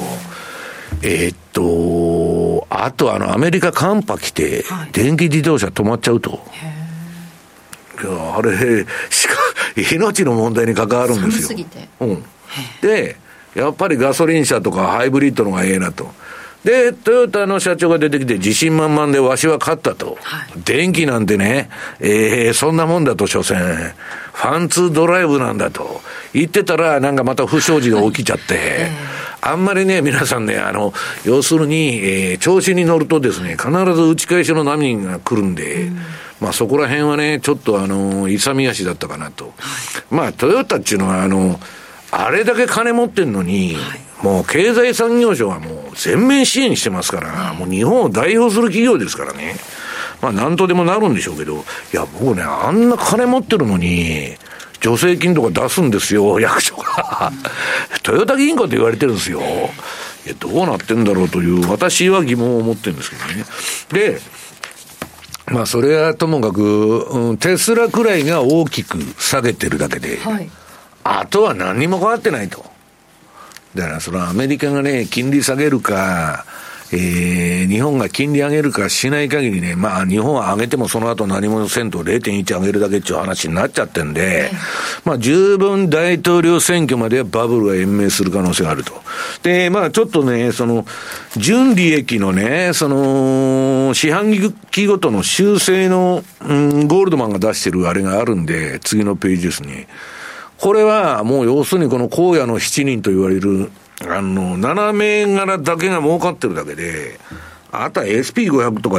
あとアメリカ寒波来て、はい、電気自動車止まっちゃうと。あれ、命の問題に関わるんですよ。寒すぎて。で、やっぱりガソリン車とかハイブリッドのがええなと。で、トヨタの社長が出てきて自信満々でわしは勝ったと。はい、電気なんてね、そんなもんだと所詮、ファンツードライブなんだと言ってたら、なんかまた不祥事が起きちゃって、あんまりね、皆さんね、要するに、調子に乗るとですね、必ず打ち返しの波が来るんで、まあそこら辺はね、ちょっと勇み足だったかなと。まあトヨタっていうのはあれだけ金持ってんのに、もう経済産業省はもう全面支援してますから、もう日本を代表する企業ですからね。まあなんとでもなるんでしょうけど、いや僕ね、あんな金持ってるのに、助成金とか出すんですよ、役所が。トヨタ銀行って言われてるんですよ。いや、どうなってんだろうという、私は疑問を持ってるんですけどね。で、まあそれはともかく、テスラくらいが大きく下げてるだけで、はい、あとは何にも変わってないと。だからそのアメリカがね、金利下げるか、日本が金利上げるかしない限りね、まあ日本は上げてもその後何もせんと 0.1 上げるだけっていう話になっちゃってんで、まあ十分大統領選挙まではバブルが延命する可能性があると。で、まあちょっとね、純利益のね、四半期ごとの修正の、ゴールドマンが出してるあれがあるんで、次のページですね。これはもう要するにこの荒野の7人と言われる、7銘柄だけが儲かってるだけで、あとは SP500 とか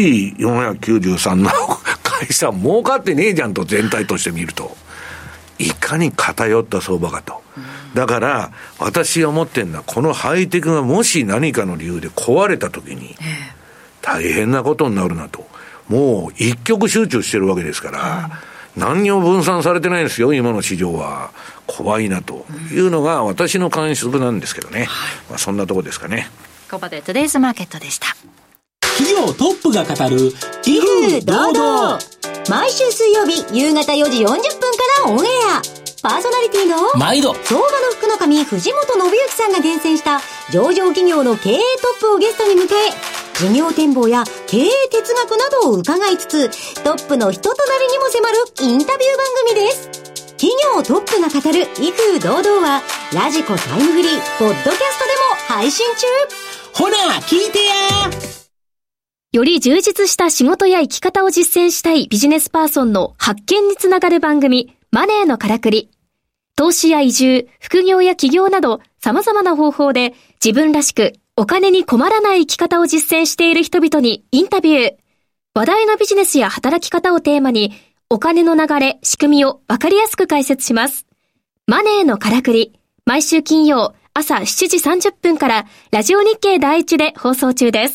SP493 の会社儲かってねえじゃんと、全体として見ると。いかに偏った相場かと。だから、私が思ってるのは、このハイテクがもし何かの理由で壊れた時に、大変なことになるなと。もう一極集中してるわけですから、何にも分散されてないんですよ、今の市場は。怖いなというのが私の感触なんですけどね。まあそんなとこですかね。 ここまでトゥデイズマーケットでした。 企業トップが語る威風堂々、 毎週水曜日夕方4時40分からオンエア。パーソナリティの毎度相場の福の神藤本信之さんが厳選した上場企業の経営トップをゲストに迎え、事業展望や経営哲学などを伺いつつ、トップの人となりにも迫るインタビュー番組です。企業トップが語る威風堂々はラジコタイムフリーポッドキャストでも配信中。 ほら聞いてや。 より充実した仕事や生き方を実践したいビジネスパーソンの発見につながる番組、マネーのからくり。投資や移住、副業や起業など様々な方法で自分らしくお金に困らない生き方を実践している人々にインタビュー。話題のビジネスや働き方をテーマにお金の流れ、仕組みをわかりやすく解説します。マネーのからくり。毎週金曜朝7時30分からラジオ日経第一で放送中です。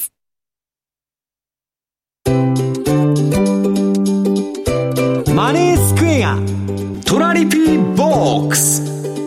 マネースクエアトラリピーボックス。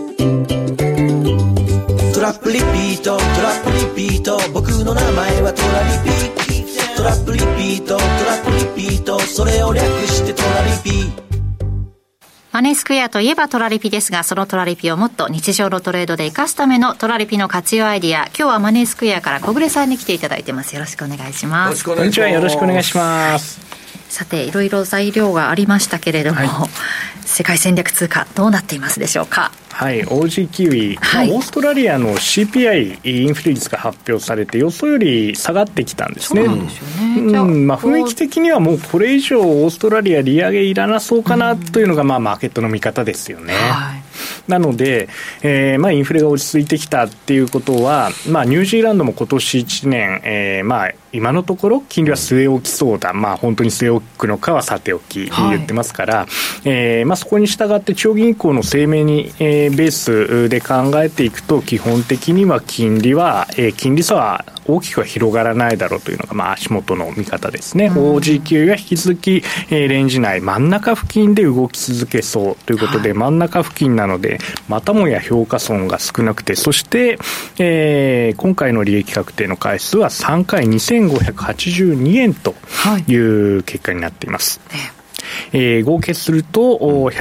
トラップリピートトラップリピート、僕の名前はトラリピ。トラップリピートトラップリピート、それを略してトラリピ。 マネースクエアといえばトラリピですが、そのトラリピをもっと日常のトレードで活かすためのトラリピの活用アイディア、今日はマネースクエアから小暮さんに来ていただいてます。よろしくお願いします。 こんにちは、よろしくお願いします。 さていろいろ材料がありましたけれども、世界戦略通貨どうなっていますでしょうか。 はい、OG キウイ、オーストラリアの CPI インフレ率が発表されて予想より下がってきたんですね。そうなんですよね。雰囲気的にはもうこれ以上オーストラリア利上げいらなそうかなというのがマーケットの見方ですよね。なので、インフレが落ち着いてきたっていうことは、ニュージーランドも今年1年、今のところ金利は据え置きそうだ、本当に据え置くのかはさておき言ってますから、そこに従って中央銀行の声明に、ベースで考えていくと基本的には金利差は大きくは広がらないだろうというのが、足元の見方ですね。OG キウイは引き続き、レンジ内真ん中付近で動き続けそうということで、真ん中付近なのでまたもや評価損が少なくて、そして、今回の利益確定の回数は3回2582円という結果になっています。合計すると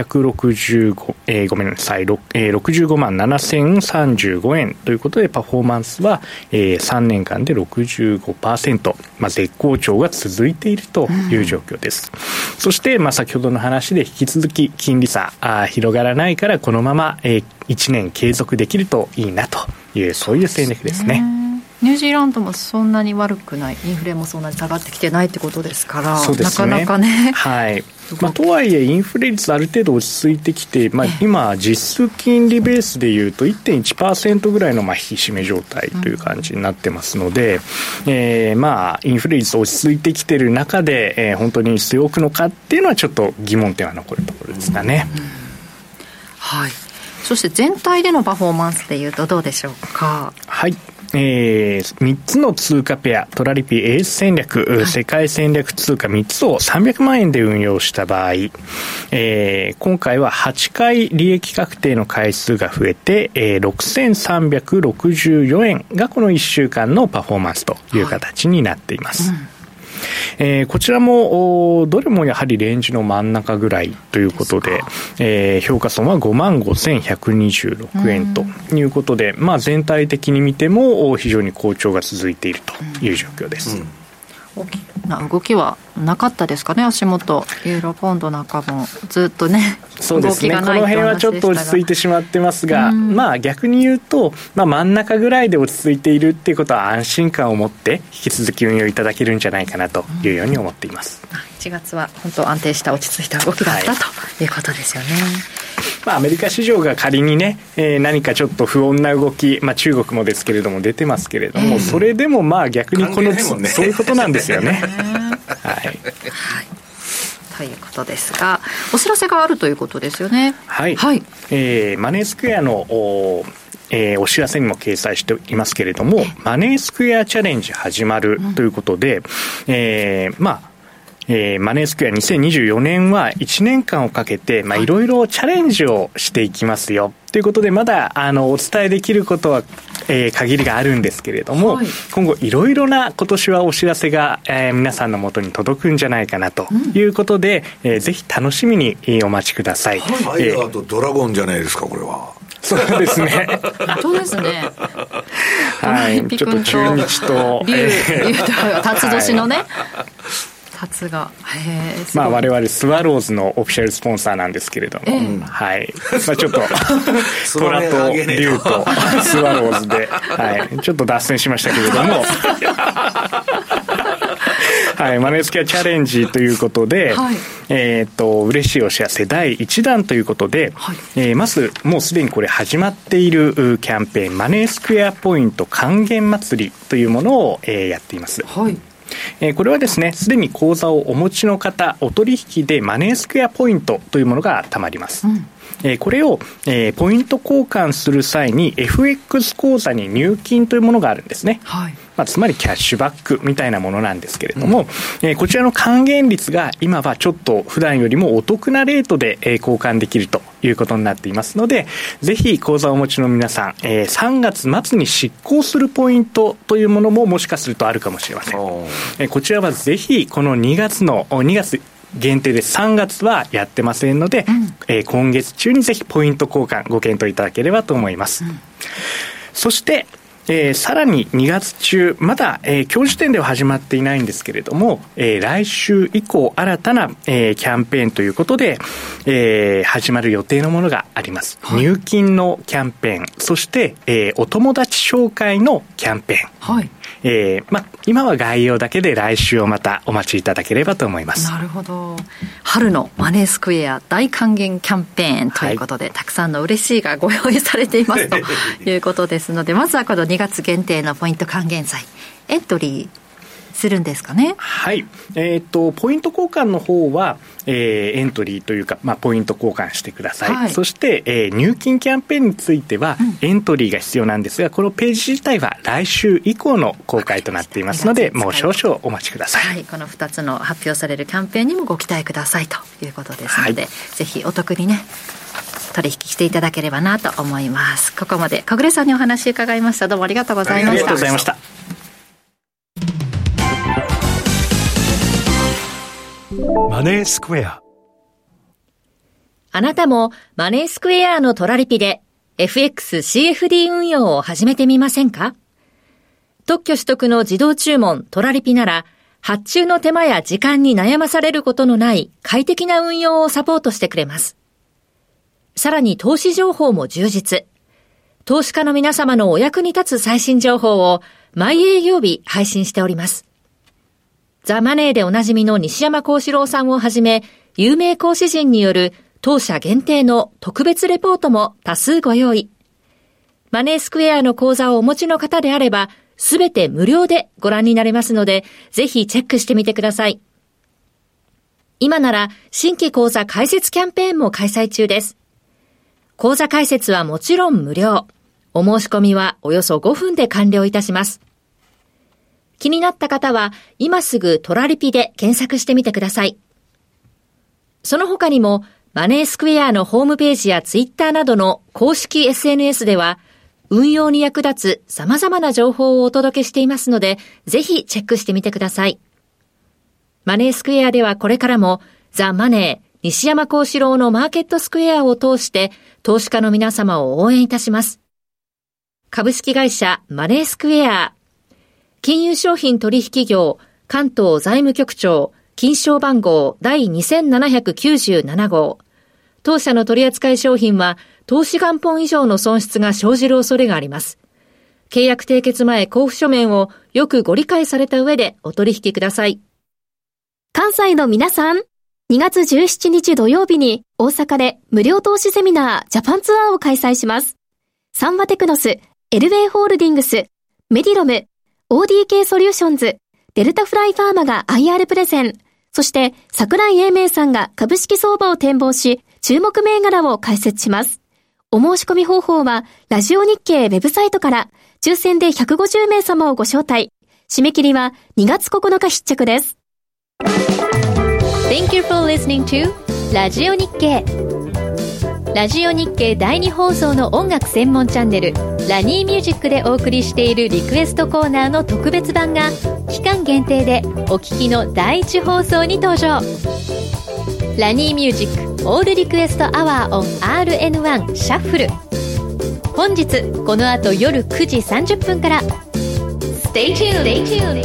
65万7035円ということで、パフォーマンスは、3年間で 65%、絶好調が続いているという状況です。そして、先ほどの話で引き続き金利差広がらないから、このまま、1年継続できるといいなという、そういう戦略ですね。 ニュージーランドもそんなに悪くない、インフレもそんなに下がってきてないってことですから、 そうですね、 なかなかね、 とはいえインフレ率ある程度落ち着いてきて、今実質金利ベースでいうと 1.1% ぐらいの引き締め状態という感じになってますので、インフレ率落ち着いてきている中で、本当に据え置くのかっていうのはちょっと疑問点は残るところですかね。 そして全体でのパフォーマンスでいうとどうでしょうか。 3つの通貨ペア、トラリピエース戦略、世界戦略通貨3つを300万円で運用した場合、今回は8回利益確定の回数が増えて、6364円がこの1週間のパフォーマンスという形になっています。こちらもどれもやはりレンジの真ん中ぐらいということで、評価損は 55,126 円ということで、全体的に見ても非常に好調が続いているという状況です。 大きな動きはなかったですかね。足元ユーロポンドなんかもずっとね、 そうですね、この辺はちょっと落ち着いてしまってますが、逆に言うと、真ん中ぐらいで落ち着いているっていうことは安心感を持って引き続き運用いただけるんじゃないかなというように思っています。 1月は本当安定した落ち着いた動きだった、ということですよね。 アメリカ市場が仮にね、何かちょっと不穏な動き、中国もですけれども出てますけれども、それでも逆にこの、そういうことなんですよね。 ということですが、お知らせがあるということですよね。 マネースクエアのお知らせにも掲載していますけれども、マネースクエアチャレンジ始まるということで、マネースクエア2024年は1年間をかけていろいろチャレンジをしていきますよということで、まだお伝えできることは、限りがあるんですけれども、今後いろいろな今年はお知らせが、皆さんのもとに届くんじゃないかなということで、ぜひ楽しみにお待ちください。 ファイヤーとドラゴンじゃないですか、これは。 そうですね。 本当ですね。 ちょっと中日と竜と辰年のね。が我々スワローズのオフィシャルスポンサーなんですけれども、ちょっと虎と竜とスワローズで、ちょっと脱線しましたけれどもマネースクエアチャレンジということで、嬉しいお知らせ第1弾ということで、まずもうすでにこれ始まっているキャンペーン、マネースクエアポイント還元祭りというものを、やっています。これはですね、すでに口座をお持ちの方、お取引でマネースクエアポイントというものがたまります。これを、ポイント交換する際に FX 口座に入金というものがあるんですね。つまりキャッシュバックみたいなものなんですけれども、こちらの還元率が今はちょっと普段よりもお得なレートで、交換できるということになっていますので、ぜひ口座をお持ちの皆さん、3月末に執行するポイントというものももしかするとあるかもしれません。こちらはぜひこの2月限定で3月はやってませんので、今月中にぜひポイント交換ご検討いただければと思います。そしてさらに2月中、まだ、今日時点では始まっていないんですけれども、来週以降新たな、キャンペーンということで、始まる予定のものがあります。入金のキャンペーン、そして、お友達紹介のキャンペーン。はい。今は概要だけで来週をまたお待ちいただければと思います。 なるほど。春のマネースクエア大還元キャンペーンということで、たくさんの嬉しいがご用意されていますということですので、まずはこの2月限定のポイント還元祭エントリーするんですかね。 はい。ポイント交換の方は、エントリーというか、ポイント交換してください。はい、そして、入金キャンペーンについては、エントリーが必要なんですが、このページ自体は来週以降の公開となっていますので、もう少々お待ちください。 はい。この2つの発表されるキャンペーンにもご期待くださいということですので、ぜひお得にね、取引していただければなと思います。ここまで小暮さんにお話伺いました。どうもありがとうございました。 ありがとうございました。 マネースクエア。 あなたもマネースクエアのトラリピで FXCFD 運用を始めてみませんか？特許取得の自動注文トラリピなら、発注の手間や時間に悩まされることのない快適な運用をサポートしてくれます。さらに投資情報も充実。投資家の皆様のお役に立つ最新情報を毎営業日配信しております。ザ・マネーでおなじみの西山幸四郎さんをはじめ、有名講師陣による当社限定の特別レポートも多数ご用意。マネースクエアの講座をお持ちの方であれば、すべて無料でご覧になれますので、ぜひチェックしてみてください。今なら新規講座開設キャンペーンも開催中です。講座開設はもちろん無料。お申し込みはおよそ5分で完了いたします。気になった方は今すぐトラリピで検索してみてください。その他にもマネースクエアのホームページやツイッターなどの公式 SNS では運用に役立つ様々な情報をお届けしていますので、ぜひチェックしてみてください。マネースクエアではこれからもザ・マネー西山幸四郎のマーケットスクエアを通して投資家の皆様を応援いたします。株式会社マネースクエア金融商品取引業関東財務局長金賞番号第2797号。当社の取扱い商品は投資元本以上の損失が生じる恐れがあります。契約締結前交付書面をよくご理解された上でお取引ください。 関西の皆さん、2月17日土曜日に大阪で無料投資セミナージャパンツアーを開催します。サンバテクノス、エルウェイホールディングス、メディロム、ODK ソリューションズ、デルタフライファーマが IR プレゼン、そして桜井英明さんが株式相場を展望し、注目銘柄を解説します。お申し込み方法は、ラジオ日経ウェブサイトから、抽選で150名様をご招待。締め切りは2月9日必着です。 Thank you for listening to ラジオ日経。ラジオ日経第2放送の音楽専門チャンネルラニーミュージックでお送りしているリクエストコーナーの特別版が期間限定でお聞きの第1放送に登場。ラニーミュージックオールリクエストアワーオン RN1 シャッフル。本日この後夜9時30分から Stay tuned。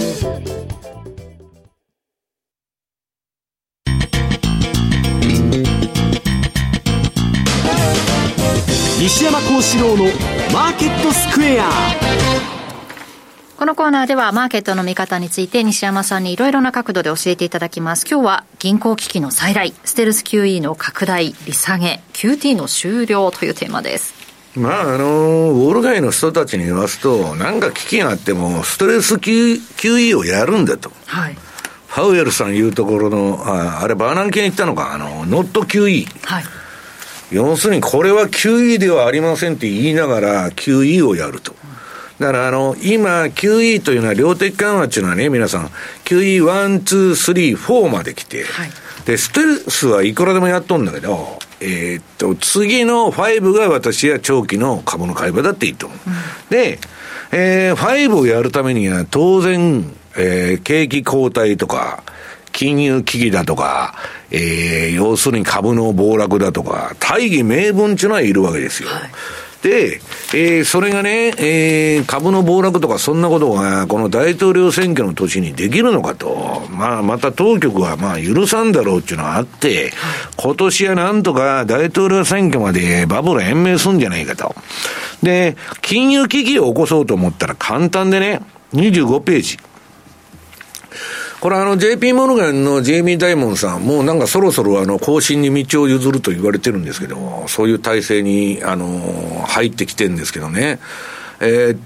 西山幸四郎のマーケットスクエア。 このコーナーではマーケットの見方について西山さんにいろいろな角度で教えていただきます。今日は銀行危機の再来、ステルス QE の拡大、利下げ、QT の終了というテーマです。 ウォール街の人たちに言わすと、なんか危機があってもステルス QE をやるんだと。 はい。 ファウエルさん言うところの、あれバーナン系に言ったのか、ノット QE。 はい。 要するにこれは QE ではありませんって言いながら QE をやると。だから今 QE というのは量的緩和っていうのはね、皆さん QE1、2、3、4まで来て、はい、でステルスはいくらでもやっとんだけど、次の5が私は長期の株の買い場だっていいと思う。で、5をやるためには当然、景気後退とか金融危機だとか、要するに株の暴落だとか、大義名分っていうのはいるわけですよ。はい、 で、それがね、株の暴落とかそんなことが、この大統領選挙の年にできるのかと。また当局は許さんだろうっていうのがあって、今年はなんとか大統領選挙までバブル延命すんじゃないかと。で、金融危機を起こそうと思ったら簡単でね、25ページ。これJP モルガンのジェイミー・ダイモンさん、もうなんかそろそろ後進に道を譲ると言われてるんですけど、そういう体制に入ってきてるんですけどね。米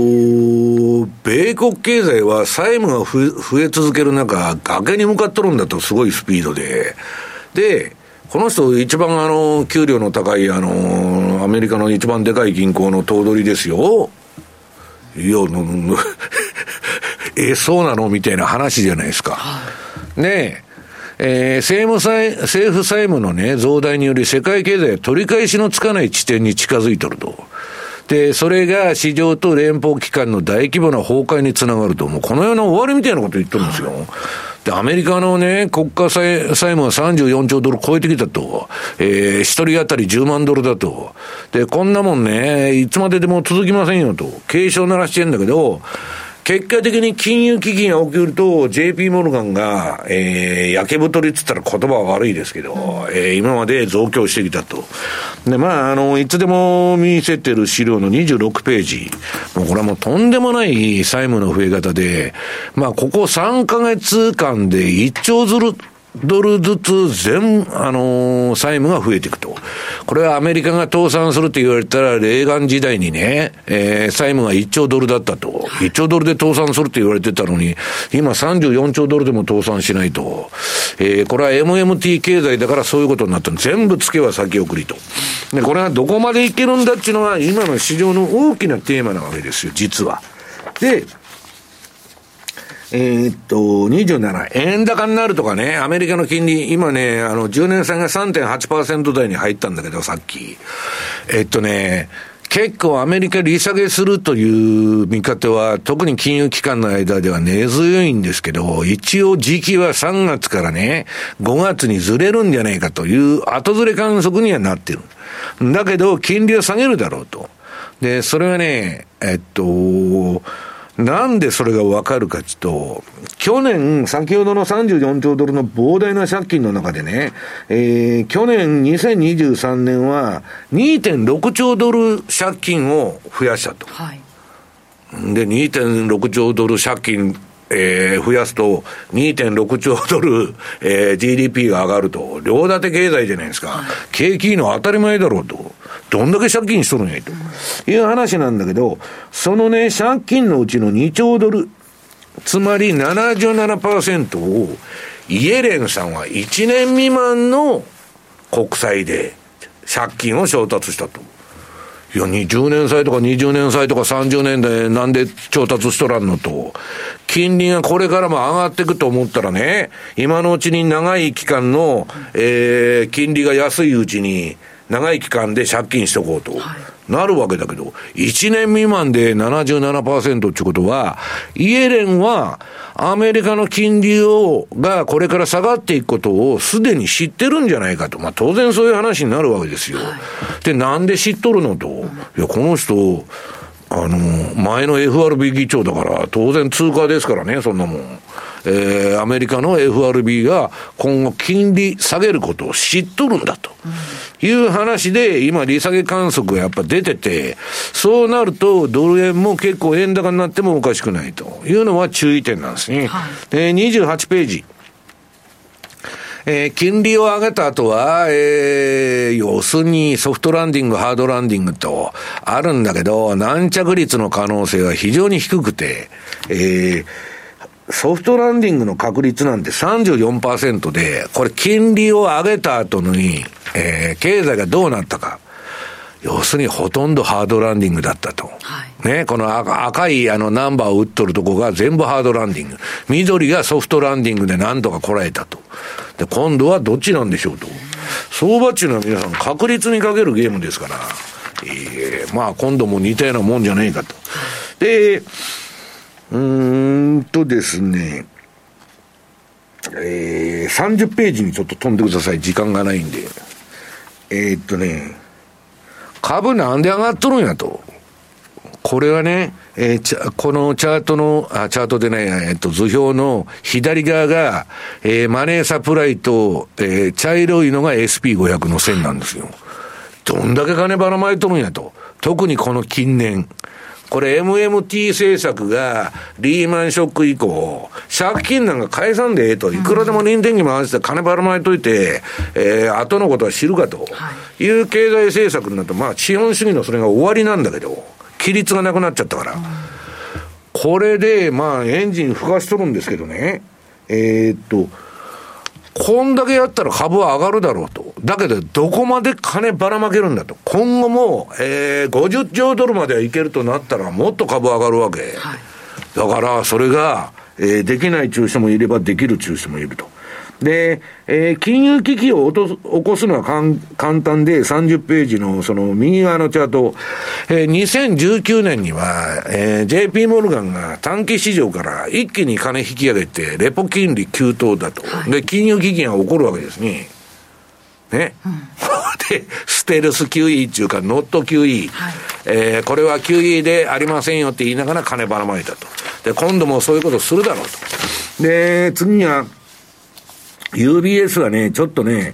国経済は債務が増え続ける中、崖に向かっとるんだと、すごいスピードで。で、この人一番給料の高いアメリカの一番でかい銀行の頭取ですよ。いや、そうなのみたいな話じゃないですか。ねえ。政府債務のね、増大により世界経済は取り返しのつかない地点に近づいとると。で、それが市場と連邦機関の大規模な崩壊につながると、もうこの世の終わりみたいなこと言ってるんですよ。で、アメリカのね、国家債務は34兆ドル超えてきたと。一人当たり10万ドルだと。で、こんなもんね、いつまででも続きませんよと。警鐘を鳴らしてるんだけど、結果的に金融危機が起きると JP モルガンが、焼け太りって言ったら言葉は悪いですけど、今まで増強してきたと。で、いつでも見せてる資料の26ページ。もうこれはもうとんでもない債務の増え方で、ここ3ヶ月間で1兆ドルずつ債務が増えていくと。これはアメリカが倒産するって言われたら、レーガン時代にね、債務が1兆ドルだったと。1兆ドルで倒産するって言われてたのに、今34兆ドルでも倒産しないと。これは MMT 経済だからそういうことになったの。全部付けは先送りと。で、これはどこまでいけるんだっていうのは、今の市場の大きなテーマなわけですよ、実は。で、27、円高になるとかね、アメリカの金利、今ね、10年債が 3.8% 台に入ったんだけど、さっき。結構アメリカ利下げするという見方は、特に金融機関の間では根強いんですけど、一応時期は3月からね、5月にずれるんじゃないかという後ずれ観測にはなってる。だけど、金利は下げるだろうと。で、それはね、なんでそれがわかるかというと、去年、先ほどの34兆ドルの膨大な借金の中でね、去年2023年は 2.6 兆ドル借金を増やしたと。はい、で、2.6 兆ドル借金、増やすと 2.6 兆ドル、GDP が上がると。両立て経済じゃないですか。はい、景気いいのは当たり前だろうと。どんだけ借金しとるんやと、いう話なんだけど、そのね、借金のうちの2兆ドル、つまり 77% をイエレンさんは1年未満の国債で借金を調達したと。いや、20年債とか20年債とか30年でなんで調達しとらんのと。金利がこれからも上がっていくと思ったらね、今のうちに長い期間の、金利が安いうちに長い期間で借金しとこうと、なるわけだけど、1年未満で 77% ってことは、イエレンはアメリカの金利がこれから下がっていくことをすでに知ってるんじゃないかと。当然そういう話になるわけですよ。で、なんで知っとるのと。いや、この人、前の FRB 議長だから、当然通貨ですからね、そんなもん。アメリカの FRB が今後金利下げることを知っとるんだという話で、今利下げ観測がやっぱ出てて、そうなるとドル円も結構円高になってもおかしくないというのは注意点なんですね。28ページ。金利を上げた後は、要するにソフトランディング、ハードランディングとあるんだけど、軟着率の可能性は非常に低くて、ソフトランディングの確率なんて 34% で、これ金利を上げた後に、経済がどうなったか。要するにほとんどハードランディングだったと。はい、ね、この赤いナンバーを打っとるとこが全部ハードランディング。緑がソフトランディングで何とかこらえたと。で、今度はどっちなんでしょうと。相場っていうのは皆さん確率にかけるゲームですから、今度も似たようなもんじゃないかと。で、ですね、30ページにちょっと飛んでください。時間がないんで。 株なんで上がっとるんやと。これはね、このチャートでね、図表の左側が、マネーサプライと、茶色いのが SP500 の線なんですよ。どんだけ金ばらまいとるんやと。特にこの近年。これ MMT 政策がリーマンショック以降、借金なんか返さんでええと、いくらでも人件費回して金ばらまいといて、後のことは知るかという経済政策になると、まあ資本主義のそれが終わりなんだけど、規律がなくなっちゃったから。これで、まあエンジン吹かしとるんですけどね、こんだけやったら株は上がるだろうと。だけど、どこまで金ばらまけるんだと。今後も、50兆ドルまではいけるとなったら、もっと株上がるわけ。はい、だから、それが、できない中小もいれば、できる中小もいると。で、金融危機を起こすのは簡単で、30ページのその右側のチャート、2019年には、JP モルガンが短期市場から一気に金引き上げて、レポ金利急騰だと。はい、で、金融危機が起こるわけですね。ね。うん、で、ステルス QE っていうか、ノット QE。はい、これは QE でありませんよって言いながら金ばらまいたと。で、今度もそういうことするだろうと。で、次は、UBS はね、ちょっとね、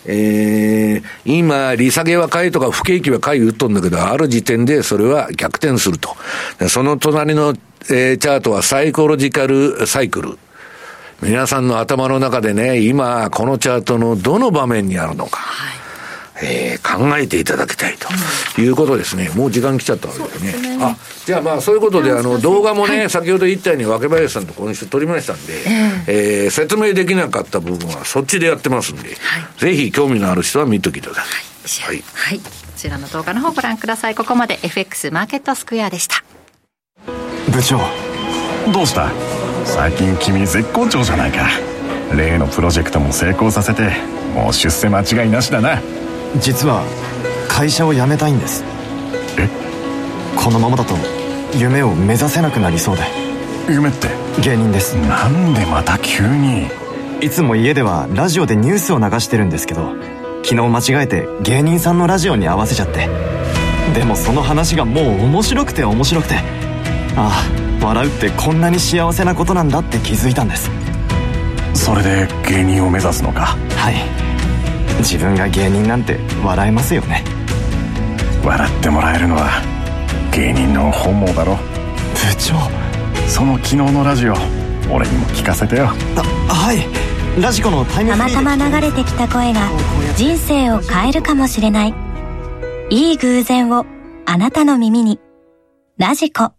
今、利下げは買いとか不景気は買い言っとんだけど、ある時点でそれは逆転すると。その隣の、チャートはサイコロジカルサイクル。皆さんの頭の中でね、今、このチャートのどの場面にあるのか。はい、考えていただきたいということですね。もう時間来ちゃったわけですね。あ、じゃあまあそういうことで動画もね、はい、先ほど言ったように若林さんと今週撮りましたんで、説明できなかった部分はそっちでやってますんで、はい、ぜひ興味のある人は見ときてください。はい、 はい、こちらの動画の方ご覧ください。ここまで FX マーケットスクエアでした。 部長、どうした？最近君絶好調じゃないか。例のプロジェクトも成功させて、もう出世間違いなしだな。 実は会社を辞めたいんです。 え？ このままだと夢を目指せなくなりそうで。 夢って？ 芸人です。 なんでまた急に？ いつも家ではラジオでニュースを流してるんですけど、昨日間違えて芸人さんのラジオに合わせちゃって。でもその話がもう面白くて、ああ、笑うってこんなに幸せなことなんだって気づいたんです。 それで芸人を目指すのか？ はい。自分が芸人なんて笑えますよね。 笑ってもらえるのは芸人の本望だろ。 部長、 その昨日のラジオ俺にも聞かせてよ。 はい。ラジコのタイムフリーでたまたま流れてきた声が人生を変えるかもしれない。いい偶然をあなたの耳に。ラジコ。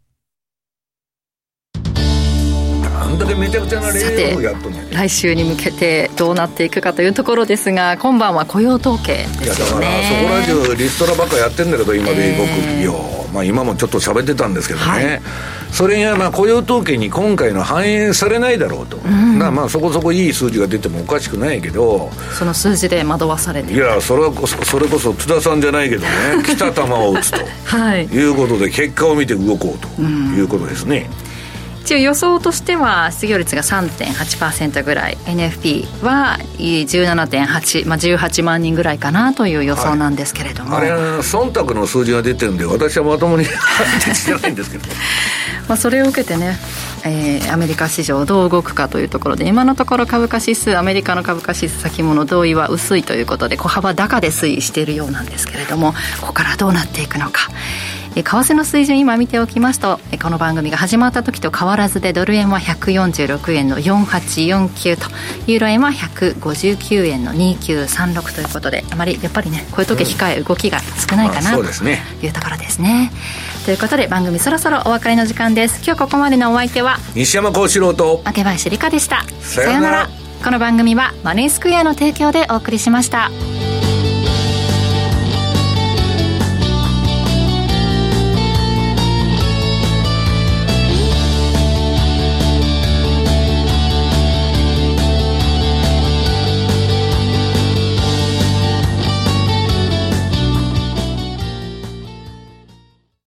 だけめちゃくちゃな例をやっとんね。 さて、来週に向けてどうなっていくかというところですが、今晩は雇用統計ですよね。 いやだからそこら中リストラばっかやってんだけど、今で僕企業、まあ今もちょっと喋ってたんですけどね、はい、それがまあ雇用統計に今回の反映されないだろうと、だからまあそこそこいい数字が出てもおかしくないけど、 その数字で惑わされている。いやそれこそ津田さんじゃないけどね来た球を打つと、はい、いうことで結果を見て動こうということですね。 一応予想としては失業率が 3.8% ぐらい、 NFP は 17.8、18万人ぐらいかなという予想なんですけれども、 はい、あれ忖度の数字が出てるんで私はまともに知らないんですけどそれを受けてね、アメリカ市場どう動くかというところで、今のところ株価指数、アメリカの株価指数先物同意は薄いということで小幅高で推移しているようなんですけれども、ここからどうなっていくのか。為替の水準今見ておきますと、この番組が始まった時と変わらずで、ドル円は146円の4849と、ユーロ円は159円の2936ということで、あまりやっぱりねこういう時控え動きが少ないかなというところですね。ということで番組そろそろお別れの時間です。今日ここまでのお相手は西山幸四郎と明林理香でした。 さよなら。 この番組はマネースクエアの提供でお送りしました。